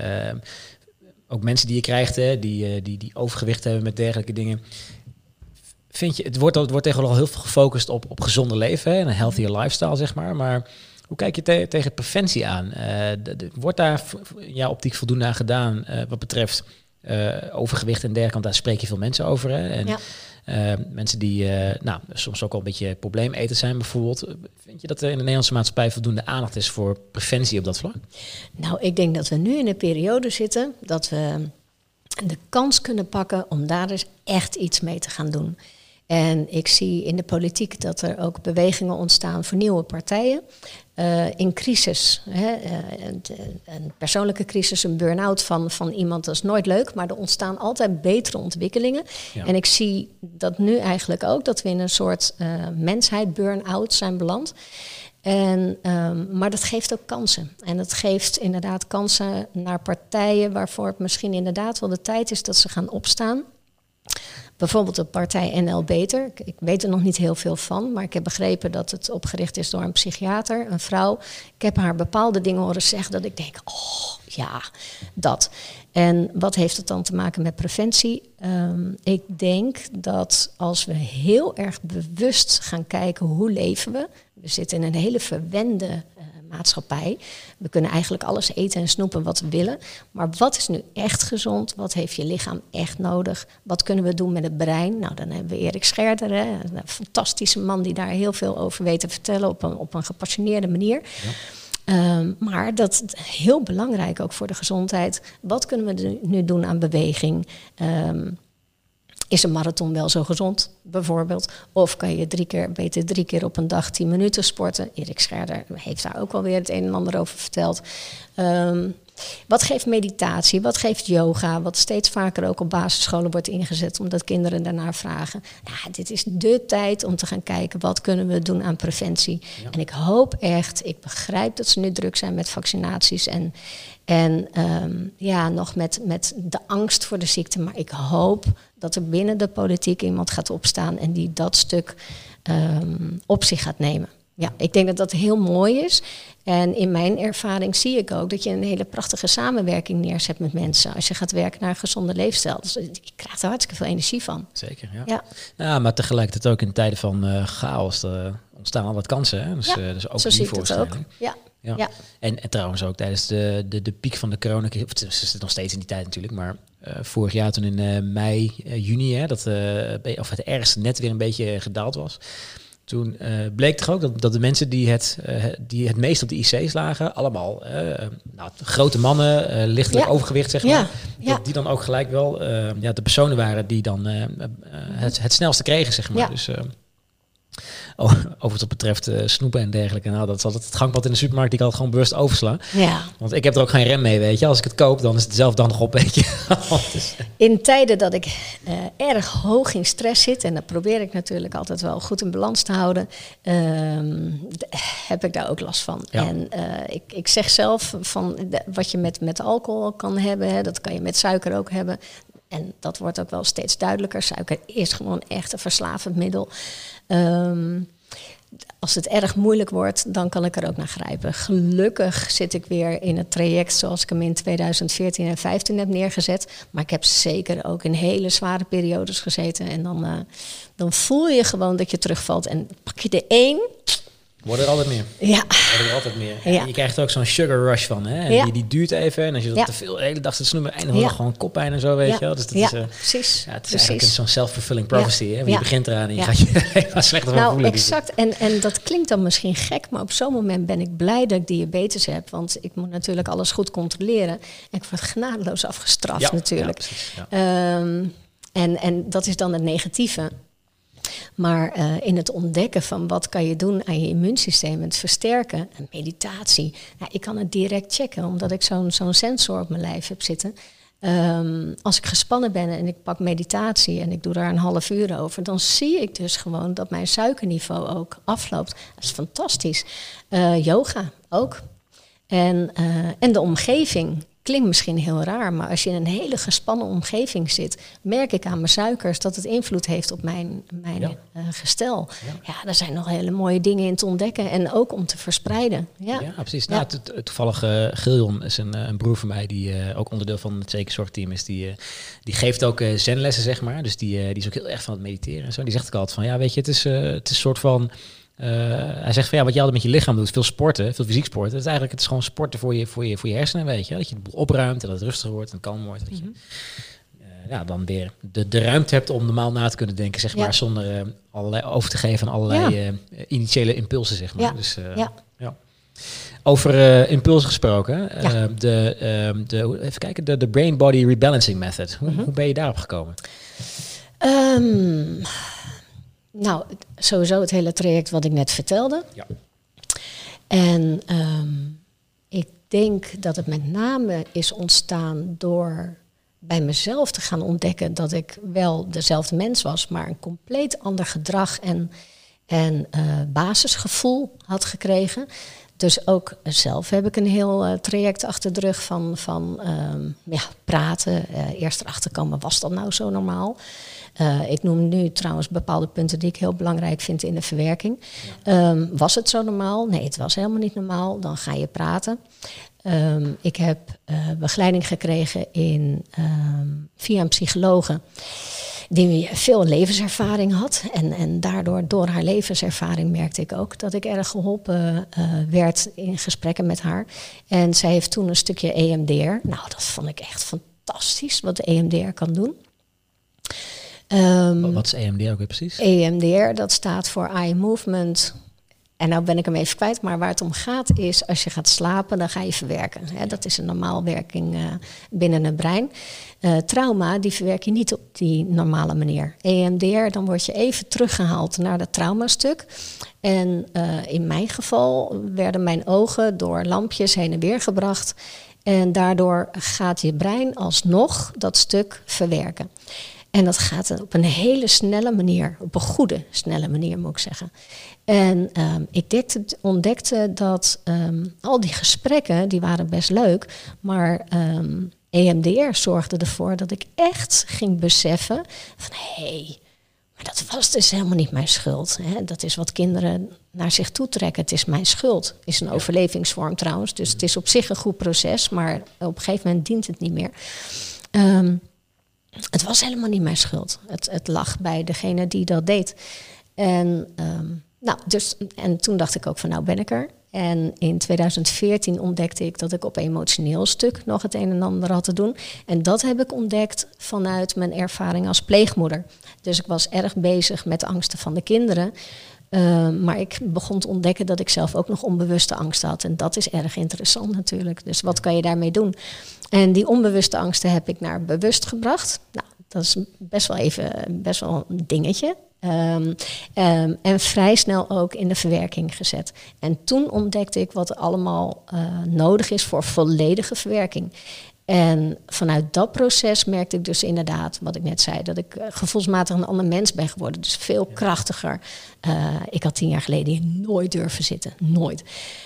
ook mensen die je krijgt, hè, die overgewicht hebben met dergelijke dingen. Vind je, het wordt tegenwoordig al heel veel gefocust op gezonde leven, hè, en een healthier lifestyle, zeg maar. Maar hoe kijk je tegen preventie aan? Wordt daar in jouw optiek voldoende aan gedaan wat betreft overgewicht en dergelijke? Want daar spreek je veel mensen over. Hè? En, mensen die soms ook al een beetje probleemeters zijn bijvoorbeeld. Vind je dat er in de Nederlandse maatschappij voldoende aandacht is voor preventie op dat vlak? Nou, ik denk dat we nu in een periode zitten dat we de kans kunnen pakken om daar dus echt iets mee te gaan doen. En ik zie in de politiek dat er ook bewegingen ontstaan voor nieuwe partijen. In crisis, een persoonlijke crisis, een burn-out van iemand, dat is nooit leuk, maar er ontstaan altijd betere ontwikkelingen. Ja. En ik zie dat nu eigenlijk ook, dat we in een soort mensheid burn-out zijn beland. Maar dat geeft ook kansen. En dat geeft inderdaad kansen naar partijen waarvoor het misschien inderdaad wel de tijd is dat ze gaan opstaan. Bijvoorbeeld de partij NL Beter. Ik weet er nog niet heel veel van, maar ik heb begrepen dat het opgericht is door een psychiater, een vrouw. Ik heb haar bepaalde dingen horen zeggen dat ik denk, dat. En wat heeft het dan te maken met preventie? Ik denk dat als we heel erg bewust gaan kijken hoe leven we. We zitten in een hele verwende maatschappij. We kunnen eigenlijk alles eten en snoepen wat we willen. Maar wat is nu echt gezond? Wat heeft je lichaam echt nodig? Wat kunnen we doen met het brein? Nou, dan hebben we Erik Scherder, een fantastische man die daar heel veel over weet te vertellen op een gepassioneerde manier. Ja. Maar dat is heel belangrijk ook voor de gezondheid. Wat kunnen we nu doen aan beweging? Is een marathon wel zo gezond, bijvoorbeeld? Of kan je 3 keer op een dag 10 minuten sporten? Erik Scherder heeft daar ook alweer het een en ander over verteld. Wat geeft meditatie? Wat geeft yoga? Wat steeds vaker ook op basisscholen wordt ingezet, omdat kinderen daarnaar vragen. Nou, dit is de tijd om te gaan kijken, wat kunnen we doen aan preventie? Ja. En ik hoop echt, ik begrijp dat ze nu druk zijn met vaccinaties en nog met de angst voor de ziekte. Maar ik hoop dat er binnen de politiek iemand gaat opstaan en die dat stuk op zich gaat nemen. Ja, ik denk dat dat heel mooi is. En in mijn ervaring zie ik ook dat je een hele prachtige samenwerking neerzet met mensen. Als je gaat werken naar een gezonde leefstijl. Dus je krijgt er hartstikke veel energie van. Zeker, ja. Ja, maar tegelijkertijd ook in tijden van chaos ontstaan al wat kansen. Hè? Dus ook zo zie ik het ook. Ja. En trouwens ook tijdens de piek van de corona. Ze zitten nog steeds in die tijd natuurlijk. Maar vorig jaar toen in mei, juni, of het ergste net weer een beetje gedaald was. Toen bleek toch ook dat de mensen die het meest op de IC's lagen, allemaal grote mannen, lichtelijk overgewicht, zeg maar. Ja. Die dan ook gelijk wel de personen waren die dan het snelste kregen, zeg maar. Ja. Dus over wat betreft snoepen en dergelijke. Nou, dat is altijd het gangpad in de supermarkt die ik altijd gewoon bewust oversla. Ja. Want ik heb er ook geen rem mee, weet je. Als ik het koop, dan is het zelf dan nog op, weet je. Dus, in tijden dat ik erg hoog in stress zit, en dat probeer ik natuurlijk altijd wel goed in balans te houden, heb ik daar ook last van. Ja. En ik zeg zelf, wat je met alcohol kan hebben, hè, dat kan je met suiker ook hebben. En dat wordt ook wel steeds duidelijker. Suiker is gewoon echt een verslavend middel. Als het erg moeilijk wordt, dan kan ik er ook naar grijpen. Gelukkig zit ik weer in het traject zoals ik hem in 2014 en 2015 heb neergezet. Maar ik heb zeker ook in hele zware periodes gezeten. En dan voel je gewoon dat je terugvalt. En pak je de één, worden er altijd meer. Ja. Worden er altijd meer. Ja. En je krijgt er ook zo'n sugar rush van. Hè? En die duurt even. En als je dat te veel de hele dag zit snoemen, en dan hoor je gewoon koppijn en zo, weet je wel. Dus dat is, precies. Ja, het is eigenlijk zo'n self-fulfilling prophecy. Hè? Je begint eraan en je gaat je helemaal slechter van voelen. Exact. En dat klinkt dan misschien gek, maar op zo'n moment ben ik blij dat ik diabetes heb. Want ik moet natuurlijk alles goed controleren. En ik word genadeloos afgestraft natuurlijk. Ja, precies, ja. En dat is dan het negatieve. Maar in het ontdekken van wat kan je doen aan je immuunsysteem, het versterken, en meditatie. Nou, ik kan het direct checken, omdat ik zo'n sensor op mijn lijf heb zitten. Als ik gespannen ben en ik pak meditatie en ik doe daar een half uur over, dan zie ik dus gewoon dat mijn suikerniveau ook afloopt. Dat is fantastisch. Yoga ook. En de omgeving. klinkt misschien heel raar, maar als je in een hele gespannen omgeving zit, merk ik aan mijn suikers dat het invloed heeft op mijn gestel. Ja, daar zijn nog hele mooie dingen in te ontdekken en ook om te verspreiden. Ja, precies. Nou, toevallig Giljon is een broer van mij die ook onderdeel van het zekenzorgteam is. Die geeft ook zenlessen, zeg maar. Dus die is ook heel erg van het mediteren en zo. Die zegt ook altijd van, ja, weet je, het is een soort van... hij zegt van, ja, wat je altijd met je lichaam doet, veel sporten, veel fysiek sporten. Het is gewoon sporten voor je hersenen, weet je. Dat je het boel opruimt en dat het rustiger wordt en kalm wordt. Dat je dan weer de ruimte hebt om normaal na te kunnen denken, zeg maar, zonder allerlei over te geven aan allerlei initiële impulsen, zeg maar. Ja. Dus, over impulsen gesproken, even kijken, de Brain Body Rebalancing Method. Hoe ben je daarop gekomen? Nou, sowieso het hele traject wat ik net vertelde. Ja. En ik denk dat het met name is ontstaan door bij mezelf te gaan ontdekken dat ik wel dezelfde mens was, maar een compleet ander gedrag en basisgevoel had gekregen. Dus ook zelf heb ik een heel traject achter de rug van praten. Eerst erachter komen, was dat nou zo normaal? Ik noem nu trouwens bepaalde punten die ik heel belangrijk vind in de verwerking. Was het zo normaal? Nee, het was helemaal niet normaal. Dan ga je praten. Ik heb begeleiding gekregen via een psychologe die veel levenservaring had. En daardoor, door haar levenservaring, merkte ik ook dat ik erg geholpen werd in gesprekken met haar. En zij heeft toen een stukje EMDR. Nou, dat vond ik echt fantastisch, wat de EMDR kan doen. Wat is EMDR ook weer precies? EMDR, dat staat voor Eye Movement. En nou ben ik hem even kwijt, maar waar het om gaat is, als je gaat slapen, dan ga je verwerken. Hè? Dat is een normaal werking binnen het brein. Trauma, die verwerk je niet op die normale manier. EMDR, dan word je even teruggehaald naar dat traumastuk. En in mijn geval werden mijn ogen door lampjes heen en weer gebracht. En daardoor gaat je brein alsnog dat stuk verwerken. En dat gaat op een hele snelle manier, op een goede, snelle manier moet ik zeggen. En ik ontdekte dat al die gesprekken, die waren best leuk, maar EMDR zorgde ervoor dat ik echt ging beseffen van hé, maar dat was dus helemaal niet mijn schuld. Hè? Dat is wat kinderen naar zich toe trekken. Het is mijn schuld. Is een overlevingsvorm trouwens, dus het is op zich een goed proces, maar op een gegeven moment dient het niet meer. Het was helemaal niet mijn schuld. Het lag bij degene die dat deed. En toen dacht ik ook van nou ben ik er. En in 2014 ontdekte ik dat ik op emotioneel stuk nog het een en ander had te doen. En dat heb ik ontdekt vanuit mijn ervaring als pleegmoeder. Dus ik was erg bezig met de angsten van de kinderen. Maar ik begon te ontdekken dat ik zelf ook nog onbewuste angst had. En dat is erg interessant natuurlijk. Dus wat kan je daarmee doen? En die onbewuste angsten heb ik naar bewust gebracht. Nou, dat is best wel een dingetje. En vrij snel ook in de verwerking gezet. En toen ontdekte ik wat allemaal nodig is voor volledige verwerking. En vanuit dat proces merkte ik dus inderdaad, wat ik net zei, dat ik gevoelsmatig een ander mens ben geworden. Dus veel krachtiger. Ik had 10 jaar geleden hier nooit durven zitten. Nooit.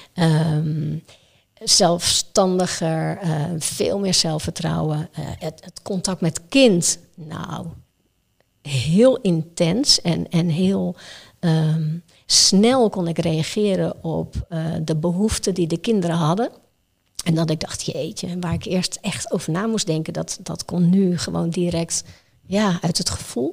Zelfstandiger, veel meer zelfvertrouwen. Het contact met kind, nou, heel intens en heel snel kon ik reageren op de behoeften die de kinderen hadden. En dat ik dacht, jeetje, waar ik eerst echt over na moest denken, dat kon nu gewoon direct uit het gevoel.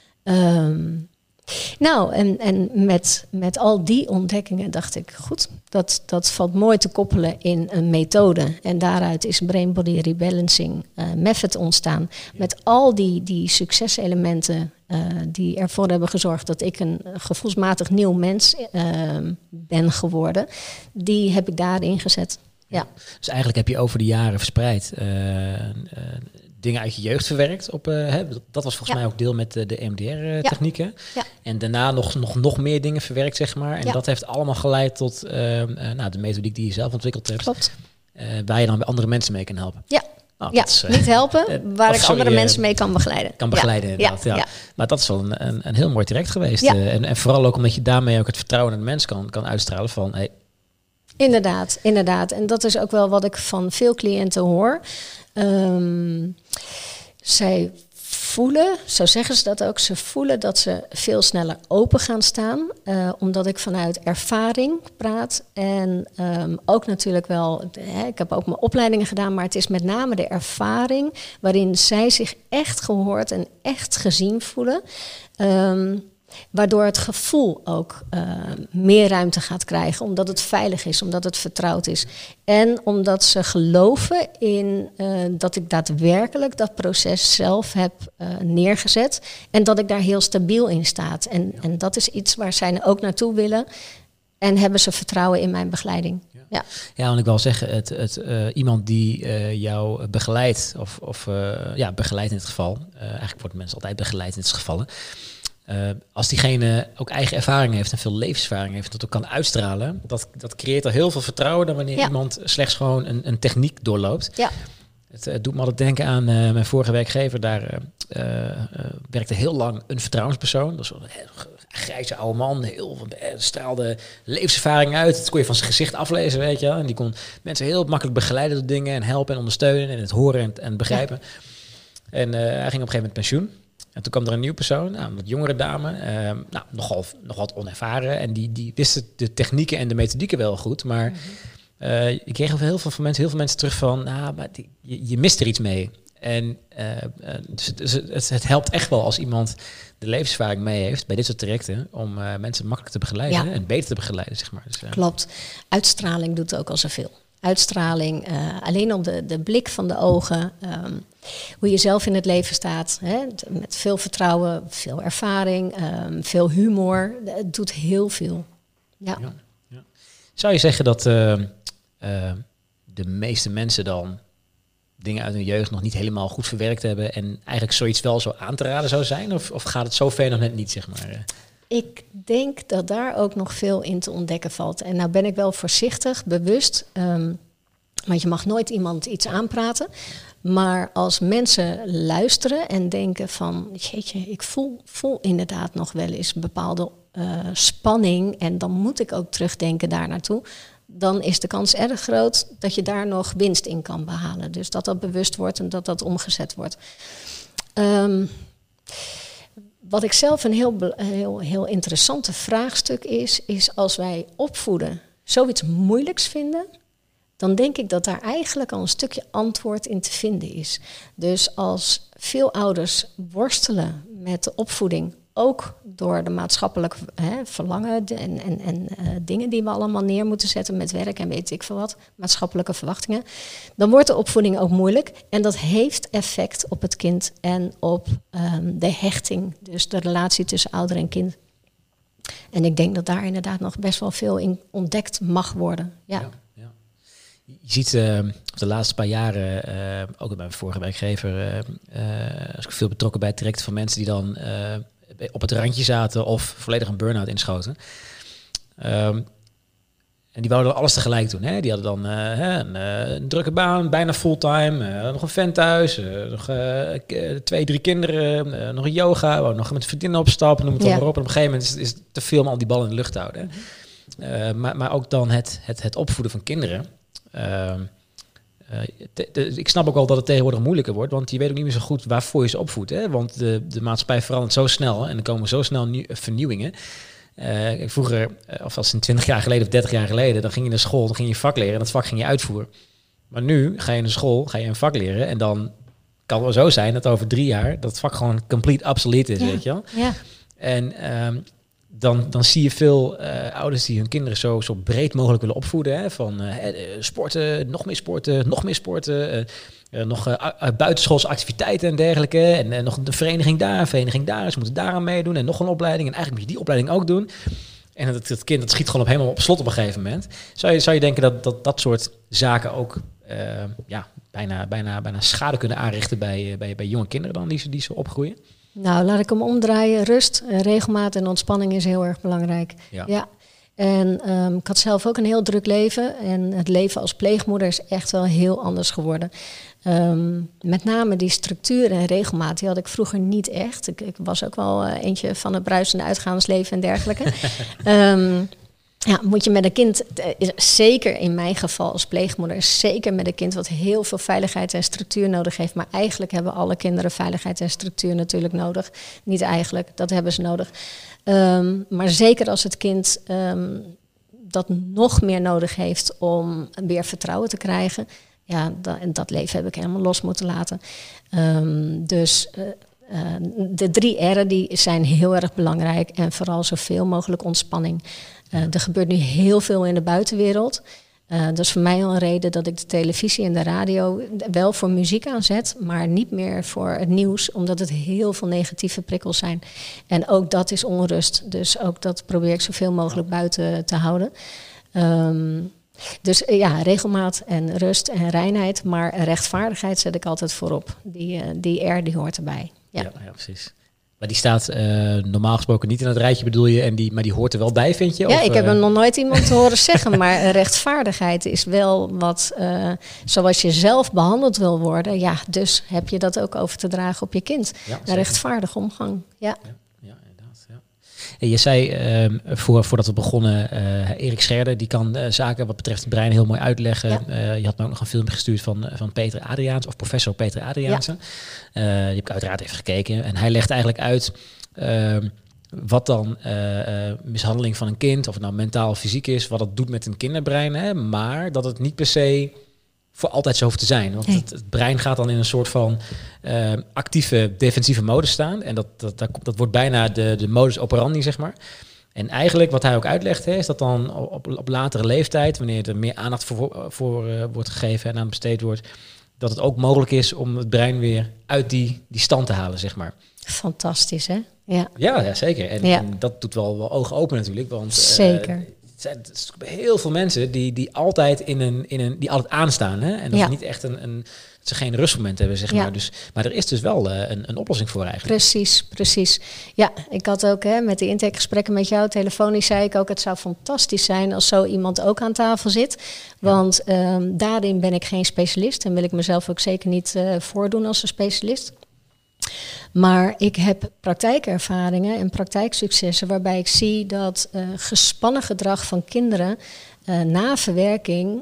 En met al die ontdekkingen dacht ik, goed, dat valt mooi te koppelen in een methode. En daaruit is Brain Body Rebalancing Method ontstaan. Met al die succeselementen die ervoor hebben gezorgd dat ik een gevoelsmatig nieuw mens ben geworden. Die heb ik daarin gezet. Ja. Dus eigenlijk heb je over de jaren verspreid dingen uit je jeugd verwerkt. Dat was volgens mij ook deel met de EMDR-technieken. Ja. En daarna nog meer dingen verwerkt, zeg maar. En dat heeft allemaal geleid tot de methodiek die je zelf ontwikkeld hebt. Klopt. Waar je dan andere mensen mee kan helpen. Ja. Niet helpen, waar ik andere mensen mee kan begeleiden. Kan begeleiden, inderdaad. Ja. Maar dat is wel een heel mooi traject geweest. En vooral ook omdat je daarmee ook het vertrouwen in de mens kan uitstralen van... Hey, Inderdaad. En dat is ook wel wat ik van veel cliënten hoor. Zij voelen, zo zeggen ze dat ook, ze voelen dat ze veel sneller open gaan staan. Omdat ik vanuit ervaring praat. En ook natuurlijk wel, ik heb ook mijn opleidingen gedaan, maar het is met name de ervaring waarin zij zich echt gehoord en echt gezien voelen. Waardoor het gevoel ook meer ruimte gaat krijgen, omdat het veilig is, omdat het vertrouwd is. En omdat ze geloven in dat ik daadwerkelijk dat proces zelf heb neergezet. En dat ik daar heel stabiel in sta. En dat is iets waar zij ook naartoe willen. En hebben ze vertrouwen in mijn begeleiding. Ja, want ik wil zeggen, iemand die jou begeleidt, of begeleidt in het geval. Eigenlijk worden mensen altijd begeleid in het gevallen. Als diegene ook eigen ervaring heeft en veel levenservaring heeft, dat ook kan uitstralen, dat creëert al heel veel vertrouwen dan wanneer iemand slechts gewoon een techniek doorloopt. Ja. Het doet me altijd denken aan mijn vorige werkgever. Daar werkte heel lang een vertrouwenspersoon. Dat was een grijze oude man, straalde levenservaring uit. Dat kon je van zijn gezicht aflezen, weet je wel. En die kon mensen heel makkelijk begeleiden door dingen en helpen en ondersteunen en het horen en begrijpen. Ja. En hij ging op een gegeven moment pensioen. En toen kwam er een nieuwe persoon, een wat jongere dame, nog wat onervaren. En die wisten de technieken en de methodieken wel goed. Maar ik kreeg heel veel mensen terug van, maar je mist er iets mee. En dus het helpt echt wel als iemand de levenservaring mee heeft bij dit soort trajecten, om mensen makkelijk te begeleiden en beter te begeleiden, zeg maar. Dus, klopt. Uitstraling doet ook al zoveel. Uitstraling, alleen om de blik van de ogen, hoe je zelf in het leven staat, met veel vertrouwen, veel ervaring, veel humor. Het doet heel veel. Ja. Zou je zeggen dat de meeste mensen dan dingen uit hun jeugd nog niet helemaal goed verwerkt hebben en eigenlijk zoiets wel zo aan te raden zou zijn? Of gaat het zo ver nog net niet, zeg maar? Ik denk dat daar ook nog veel in te ontdekken valt. En nou ben ik wel voorzichtig, bewust. Want je mag nooit iemand iets aanpraten. Maar als mensen luisteren en denken van, jeetje, ik voel inderdaad nog wel eens bepaalde spanning. En dan moet ik ook terugdenken daar naartoe. Dan is de kans erg groot dat je daar nog winst in kan behalen. Dus dat bewust wordt en dat omgezet wordt. Wat ik zelf een heel interessante vraagstuk is als wij opvoeden zoiets moeilijks vinden, dan denk ik dat daar eigenlijk al een stukje antwoord in te vinden is. Dus als veel ouders worstelen met de opvoeding, ook door de maatschappelijke verlangen en dingen die we allemaal neer moeten zetten met werk en weet ik veel wat, maatschappelijke verwachtingen, dan wordt de opvoeding ook moeilijk. En dat heeft effect op het kind en op de hechting, dus de relatie tussen ouder en kind. En ik denk dat daar inderdaad nog best wel veel in ontdekt mag worden. Ja. Je ziet de laatste paar jaren, ook bij mijn vorige werkgever, was ik veel betrokken bij het traject van mensen die dan op het randje zaten of volledig een burn-out inschoten. En die wouden alles tegelijk doen. Hè? Die hadden dan een drukke baan, bijna fulltime, nog een vent thuis, nog 2-3 kinderen, nog een yoga, nog met vriendinnen op stap, noem het maar op. En op een gegeven moment is het te veel om al die ballen in de lucht te houden. Maar ook dan het opvoeden van kinderen. Ik snap ook wel dat het tegenwoordig moeilijker wordt, want je weet ook niet meer zo goed waarvoor je ze opvoedt. Hè? Want de maatschappij verandert zo snel en er komen zo snel vernieuwingen. Vroeger, of als 20 jaar geleden of 30 jaar geleden, dan ging je naar school, dan ging je vak leren en dat vak ging je uitvoeren. Maar nu ga je naar school, ga je een vak leren en dan kan het wel zo zijn dat over 3 jaar dat vak gewoon complete obsolete is, weet je wel. Ja. En dan zie je veel ouders die hun kinderen zo breed mogelijk willen opvoeden. Hè? Van sporten, nog meer sporten, nog buitenschoolse activiteiten en dergelijke. En nog een vereniging daar. Ze moeten daaraan meedoen en nog een opleiding. En eigenlijk moet je die opleiding ook doen. En het kind dat schiet gewoon helemaal op slot op een gegeven moment. Zou je denken dat soort zaken ook bijna schade kunnen aanrichten bij jonge kinderen dan die ze opgroeien? Nou, laat ik hem omdraaien. Rust, regelmaat en ontspanning is heel erg belangrijk. Ja. En ik had zelf ook een heel druk leven. En het leven als pleegmoeder is echt wel heel anders geworden. Met name die structuur en regelmaat, die had ik vroeger niet echt. Ik was ook wel eentje van het bruisende uitgaansleven en dergelijke. Ja, moet je met een kind, zeker in mijn geval als pleegmoeder, zeker met een kind wat heel veel veiligheid en structuur nodig heeft. Maar eigenlijk hebben alle kinderen veiligheid en structuur natuurlijk nodig. Niet eigenlijk, dat hebben ze nodig. Maar zeker als het kind dat nog meer nodig heeft om weer vertrouwen te krijgen. Ja, dat leven heb ik helemaal los moeten laten. De 3 R'en die zijn heel erg belangrijk. En vooral zoveel mogelijk ontspanning. Er gebeurt nu heel veel in de buitenwereld. Dat is voor mij al een reden dat ik de televisie en de radio wel voor muziek aanzet, maar niet meer voor het nieuws, omdat het heel veel negatieve prikkels zijn. En ook dat is onrust. Dus ook dat probeer ik zoveel mogelijk buiten te houden. Dus regelmaat en rust en reinheid, maar rechtvaardigheid zet ik altijd voorop. Die R die hoort erbij. Ja, precies. Maar die staat normaal gesproken niet in het rijtje, bedoel je? Maar die hoort er wel bij, vind je? Ja, of, ik heb hem nog nooit iemand horen zeggen. Maar rechtvaardigheid is wel wat, zoals je zelf behandeld wil worden. Ja, dus heb je dat ook over te dragen op je kind. Ja, een rechtvaardige omgang. Ja, inderdaad. Ja. En je zei, voordat we begonnen, Erik Scherder, die kan zaken wat betreft het brein heel mooi uitleggen. Ja. Je had me ook nog een filmpje gestuurd van Peter Adriaans, of professor Peter Adriaanse. Die heb ik uiteraard even gekeken. En hij legt eigenlijk uit wat dan mishandeling van een kind, of het nou mentaal of fysiek is, wat het doet met een kinderbrein. Hè, maar dat het niet per se voor altijd zo hoeft te zijn. Want het brein gaat dan in een soort van actieve, defensieve modus staan. En dat wordt bijna de modus operandi, zeg maar. En eigenlijk, wat hij ook uitlegt, is dat dan op latere leeftijd, wanneer er meer aandacht voor wordt gegeven en aan besteed wordt, dat het ook mogelijk is om het brein weer uit die stand te halen, zeg maar. Fantastisch, hè? Ja, ja zeker. En dat doet wel ogen open natuurlijk. Want, zeker. Er zijn heel veel mensen die altijd die altijd aanstaan. Hè? En dat is niet echt ze geen rustmoment hebben, zeg maar. Dus, maar er is dus wel een oplossing voor eigenlijk. Precies. Ja, ik had ook met de intakegesprekken met jou, telefonisch zei ik ook, het zou fantastisch zijn als zo iemand ook aan tafel zit. Want daarin ben ik geen specialist en wil ik mezelf ook zeker niet voordoen als een specialist. Maar ik heb praktijkervaringen en praktijksuccessen waarbij ik zie dat gespannen gedrag van kinderen na verwerking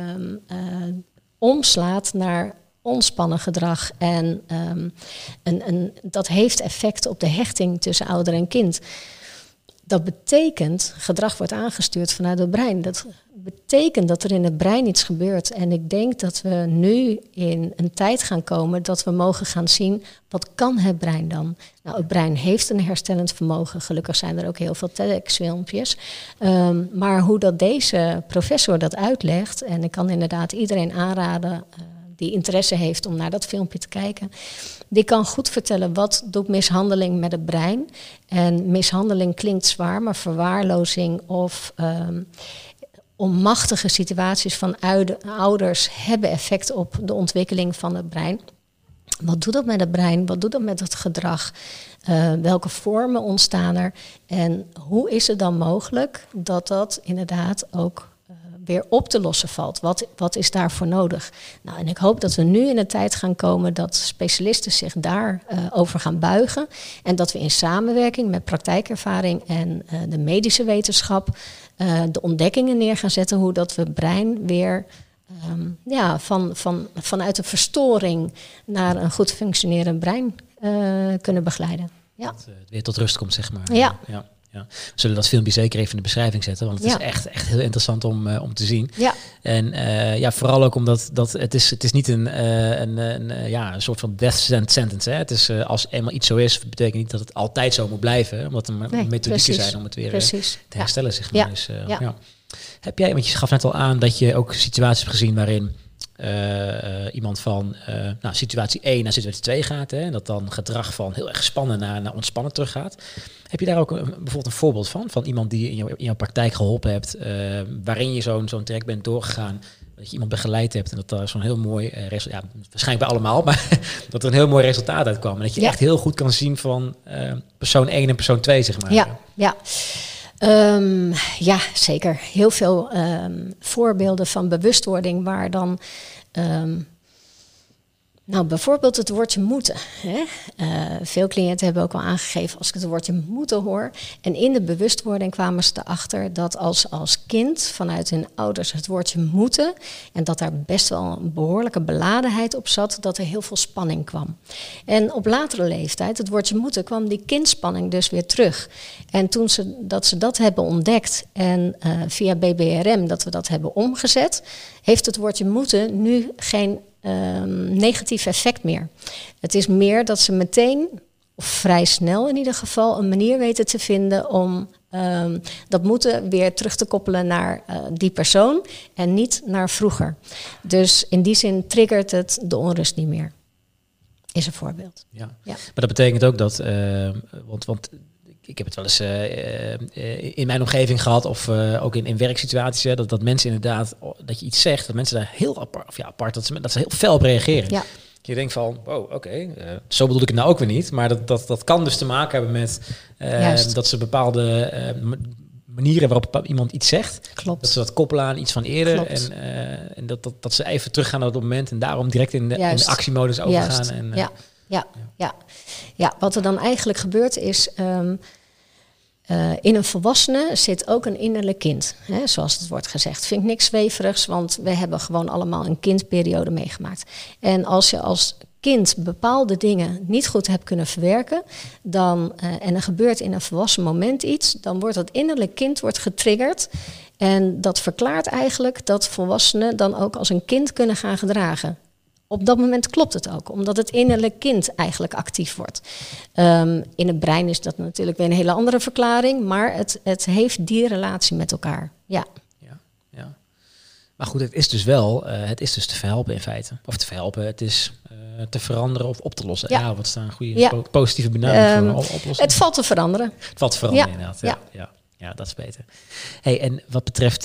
omslaat naar ontspannen gedrag. En dat heeft effect op de hechting tussen ouder en kind. Dat betekent, gedrag wordt aangestuurd vanuit het brein. Dat betekent dat er in het brein iets gebeurt. En ik denk dat we nu in een tijd gaan komen dat we mogen gaan zien, wat kan het brein dan? Nou, het brein heeft een herstellend vermogen. Gelukkig zijn er ook heel veel TEDx-filmpjes. Maar hoe dat deze professor dat uitlegt, en ik kan inderdaad iedereen aanraden die interesse heeft om naar dat filmpje te kijken, die kan goed vertellen wat doet mishandeling met het brein. En mishandeling klinkt zwaar, maar verwaarlozing of onmachtige situaties van ouders hebben effect op de ontwikkeling van het brein. Wat doet dat met het brein? Wat doet dat met het gedrag? Welke vormen ontstaan er? En hoe is het dan mogelijk dat dat inderdaad ook weer op te lossen valt? Wat is daarvoor nodig? Nou, en ik hoop dat we nu in een tijd gaan komen dat specialisten zich daar over gaan buigen. En dat we in samenwerking met praktijkervaring en de medische wetenschap de ontdekkingen neer gaan zetten hoe dat we brein weer vanuit een verstoring naar een goed functionerend brein kunnen begeleiden. Ja. Dat het weer tot rust komt, zeg maar. Ja. We zullen dat filmpje zeker even in de beschrijving zetten, want het is echt heel interessant om te zien. Ja. En vooral ook omdat het is niet een soort van death sentence. Hè? Het is als eenmaal iets zo is, betekent niet dat het altijd zo moet blijven, omdat er methodieken zijn om het weer te herstellen, zeg maar. Ja. Dus, heb jij, want je gaf net al aan dat je ook situaties hebt gezien waarin iemand van situatie 1 naar situatie 2 gaat. Hè, en dat dan gedrag van heel erg gespannen naar ontspannen teruggaat. Heb je daar ook bijvoorbeeld een voorbeeld van iemand die in jouw praktijk geholpen hebt, waarin je zo'n traject bent doorgegaan, dat je iemand begeleid hebt en dat daar zo'n heel mooi resultaat, waarschijnlijk bij allemaal, maar dat er een heel mooi resultaat uitkwam. En dat je echt heel goed kan zien van persoon 1 en persoon 2, zeg maar. Ja. Ja, zeker. Heel veel voorbeelden van bewustwording waar dan Nou, bijvoorbeeld het woordje moeten. Hè? Veel cliënten hebben ook al aangegeven als ik het woordje moeten hoor. En in de bewustwording kwamen ze erachter dat als kind vanuit hun ouders het woordje moeten, en dat daar best wel een behoorlijke beladenheid op zat, dat er heel veel spanning kwam. En op latere leeftijd, het woordje moeten, kwam die kindspanning dus weer terug. En toen ze dat hebben ontdekt en via BBRM dat we dat hebben omgezet, heeft het woordje moeten nu geen negatief effect meer. Het is meer dat ze meteen, of vrij snel in ieder geval, een manier weten te vinden om dat moeten weer terug te koppelen naar die persoon en niet naar vroeger. Dus in die zin triggert het de onrust niet meer. Is een voorbeeld. Ja. Maar dat betekent ook dat, want ik heb het wel eens in mijn omgeving gehad of ook in werksituaties, dat mensen inderdaad, dat je iets zegt, dat mensen daar heel apart, dat ze heel fel op reageren. Ja. Je denkt van, wow, oké, zo bedoel ik het nou ook weer niet. Maar dat kan dus te maken hebben met dat ze bepaalde manieren waarop iemand iets zegt. Klopt. Dat ze dat koppelen aan iets van eerder. En dat ze even teruggaan naar dat moment en daarom direct in de actiemodus overgaan. En, Ja, wat er dan eigenlijk gebeurt is, in een volwassene zit ook een innerlijk kind. Hè, zoals het wordt gezegd. Vind ik niks zweverigs, want we hebben gewoon allemaal een kindperiode meegemaakt. En als je als kind bepaalde dingen niet goed hebt kunnen verwerken, dan, en er gebeurt in een volwassen moment iets, dan wordt dat innerlijk kind getriggerd. En dat verklaart eigenlijk dat volwassenen dan ook als een kind kunnen gaan gedragen. Op dat moment klopt het ook, omdat het innerlijk kind eigenlijk actief wordt. In het brein is dat natuurlijk weer een hele andere verklaring, maar het heeft die relatie met elkaar. Ja. Maar goed, het is dus wel, het is dus te verhelpen in feite. Of te verhelpen, het is te veranderen of op te lossen. Ja, wat staan goede positieve benamingen voor oplossing? Het valt te veranderen. Het valt te veranderen, inderdaad. Ja, dat is beter. Hey, en wat betreft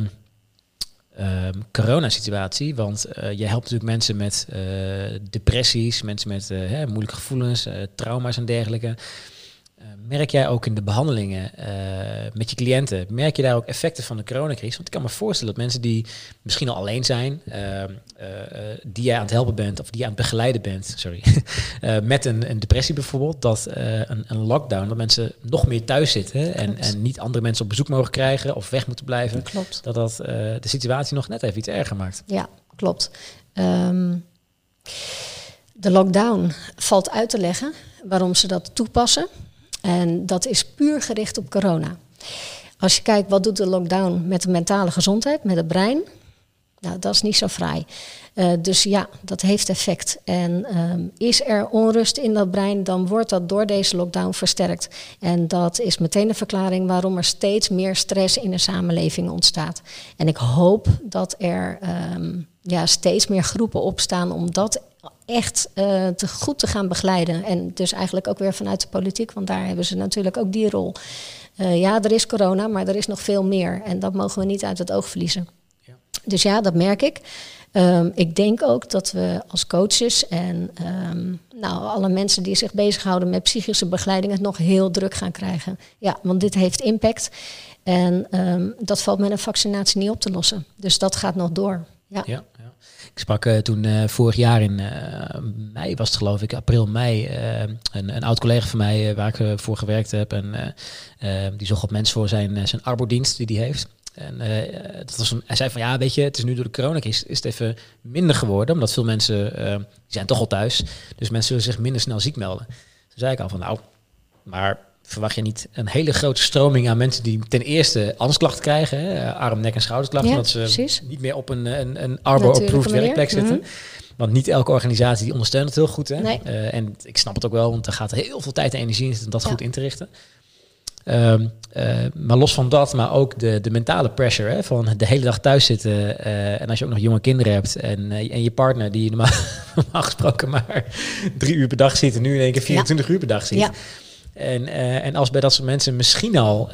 coronasituatie, want je helpt natuurlijk mensen met depressies, mensen met moeilijke gevoelens, trauma's en dergelijke. Merk jij ook in de behandelingen met je cliënten, merk je daar ook effecten van de coronacrisis? Want ik kan me voorstellen dat mensen die misschien al alleen zijn, die jij aan het helpen bent of die je aan het begeleiden bent, met een depressie bijvoorbeeld, dat een lockdown, dat mensen nog meer thuis zitten en niet andere mensen op bezoek mogen krijgen of weg moeten blijven. Klopt. Dat de situatie nog net even iets erger maakt. Ja, klopt. De lockdown valt uit te leggen waarom ze dat toepassen. En dat is puur gericht op corona. Als je kijkt, wat doet de lockdown met de mentale gezondheid, met het brein? Nou, dat is niet zo fraai. Dus ja, dat heeft effect. En is er onrust in dat brein, dan wordt dat door deze lockdown versterkt. En dat is meteen de verklaring waarom er steeds meer stress in de samenleving ontstaat. En ik hoop dat er steeds meer groepen opstaan om dat echt goed te gaan begeleiden. En dus eigenlijk ook weer vanuit de politiek, want daar hebben ze natuurlijk ook die rol. Er is corona, maar er is nog veel meer. En dat mogen we niet uit het oog verliezen. Ja. Dus ja, dat merk ik. Ik denk ook dat we als coaches en alle mensen die zich bezighouden met psychische begeleiding het nog heel druk gaan krijgen. Ja, want dit heeft impact. En dat valt met een vaccinatie niet op te lossen. Dus dat gaat nog door. Ja. Ik sprak toen vorig jaar in mei, was het geloof ik, april, mei, een oud collega van mij waar ik voor gewerkt heb. En die zocht op mensen voor zijn arbodienst die hij heeft. En hij zei van weet je, het is nu door de coronacrisis is het even minder geworden. Omdat veel mensen, die zijn toch al thuis. Dus mensen zullen zich minder snel ziek melden. Toen zei ik al van maar verwacht je niet een hele grote stroming aan mensen die ten eerste angstklachten krijgen, arm, nek en schouderklachten, dat ze precies. niet meer op een Arbor-approved werkplek zitten. Mm-hmm. Want niet elke organisatie die ondersteunt het heel goed. Hè? Nee. En ik snap het ook wel, want er gaat heel veel tijd en energie in om dat goed in te richten. Maar los van dat, maar ook de mentale pressure van de hele dag thuis zitten. En als je ook nog jonge kinderen hebt en je partner die je normaal gesproken maar 3 uur per dag ziet en nu in één keer 24 uur per dag ziet. Ja. En als bij dat soort mensen misschien al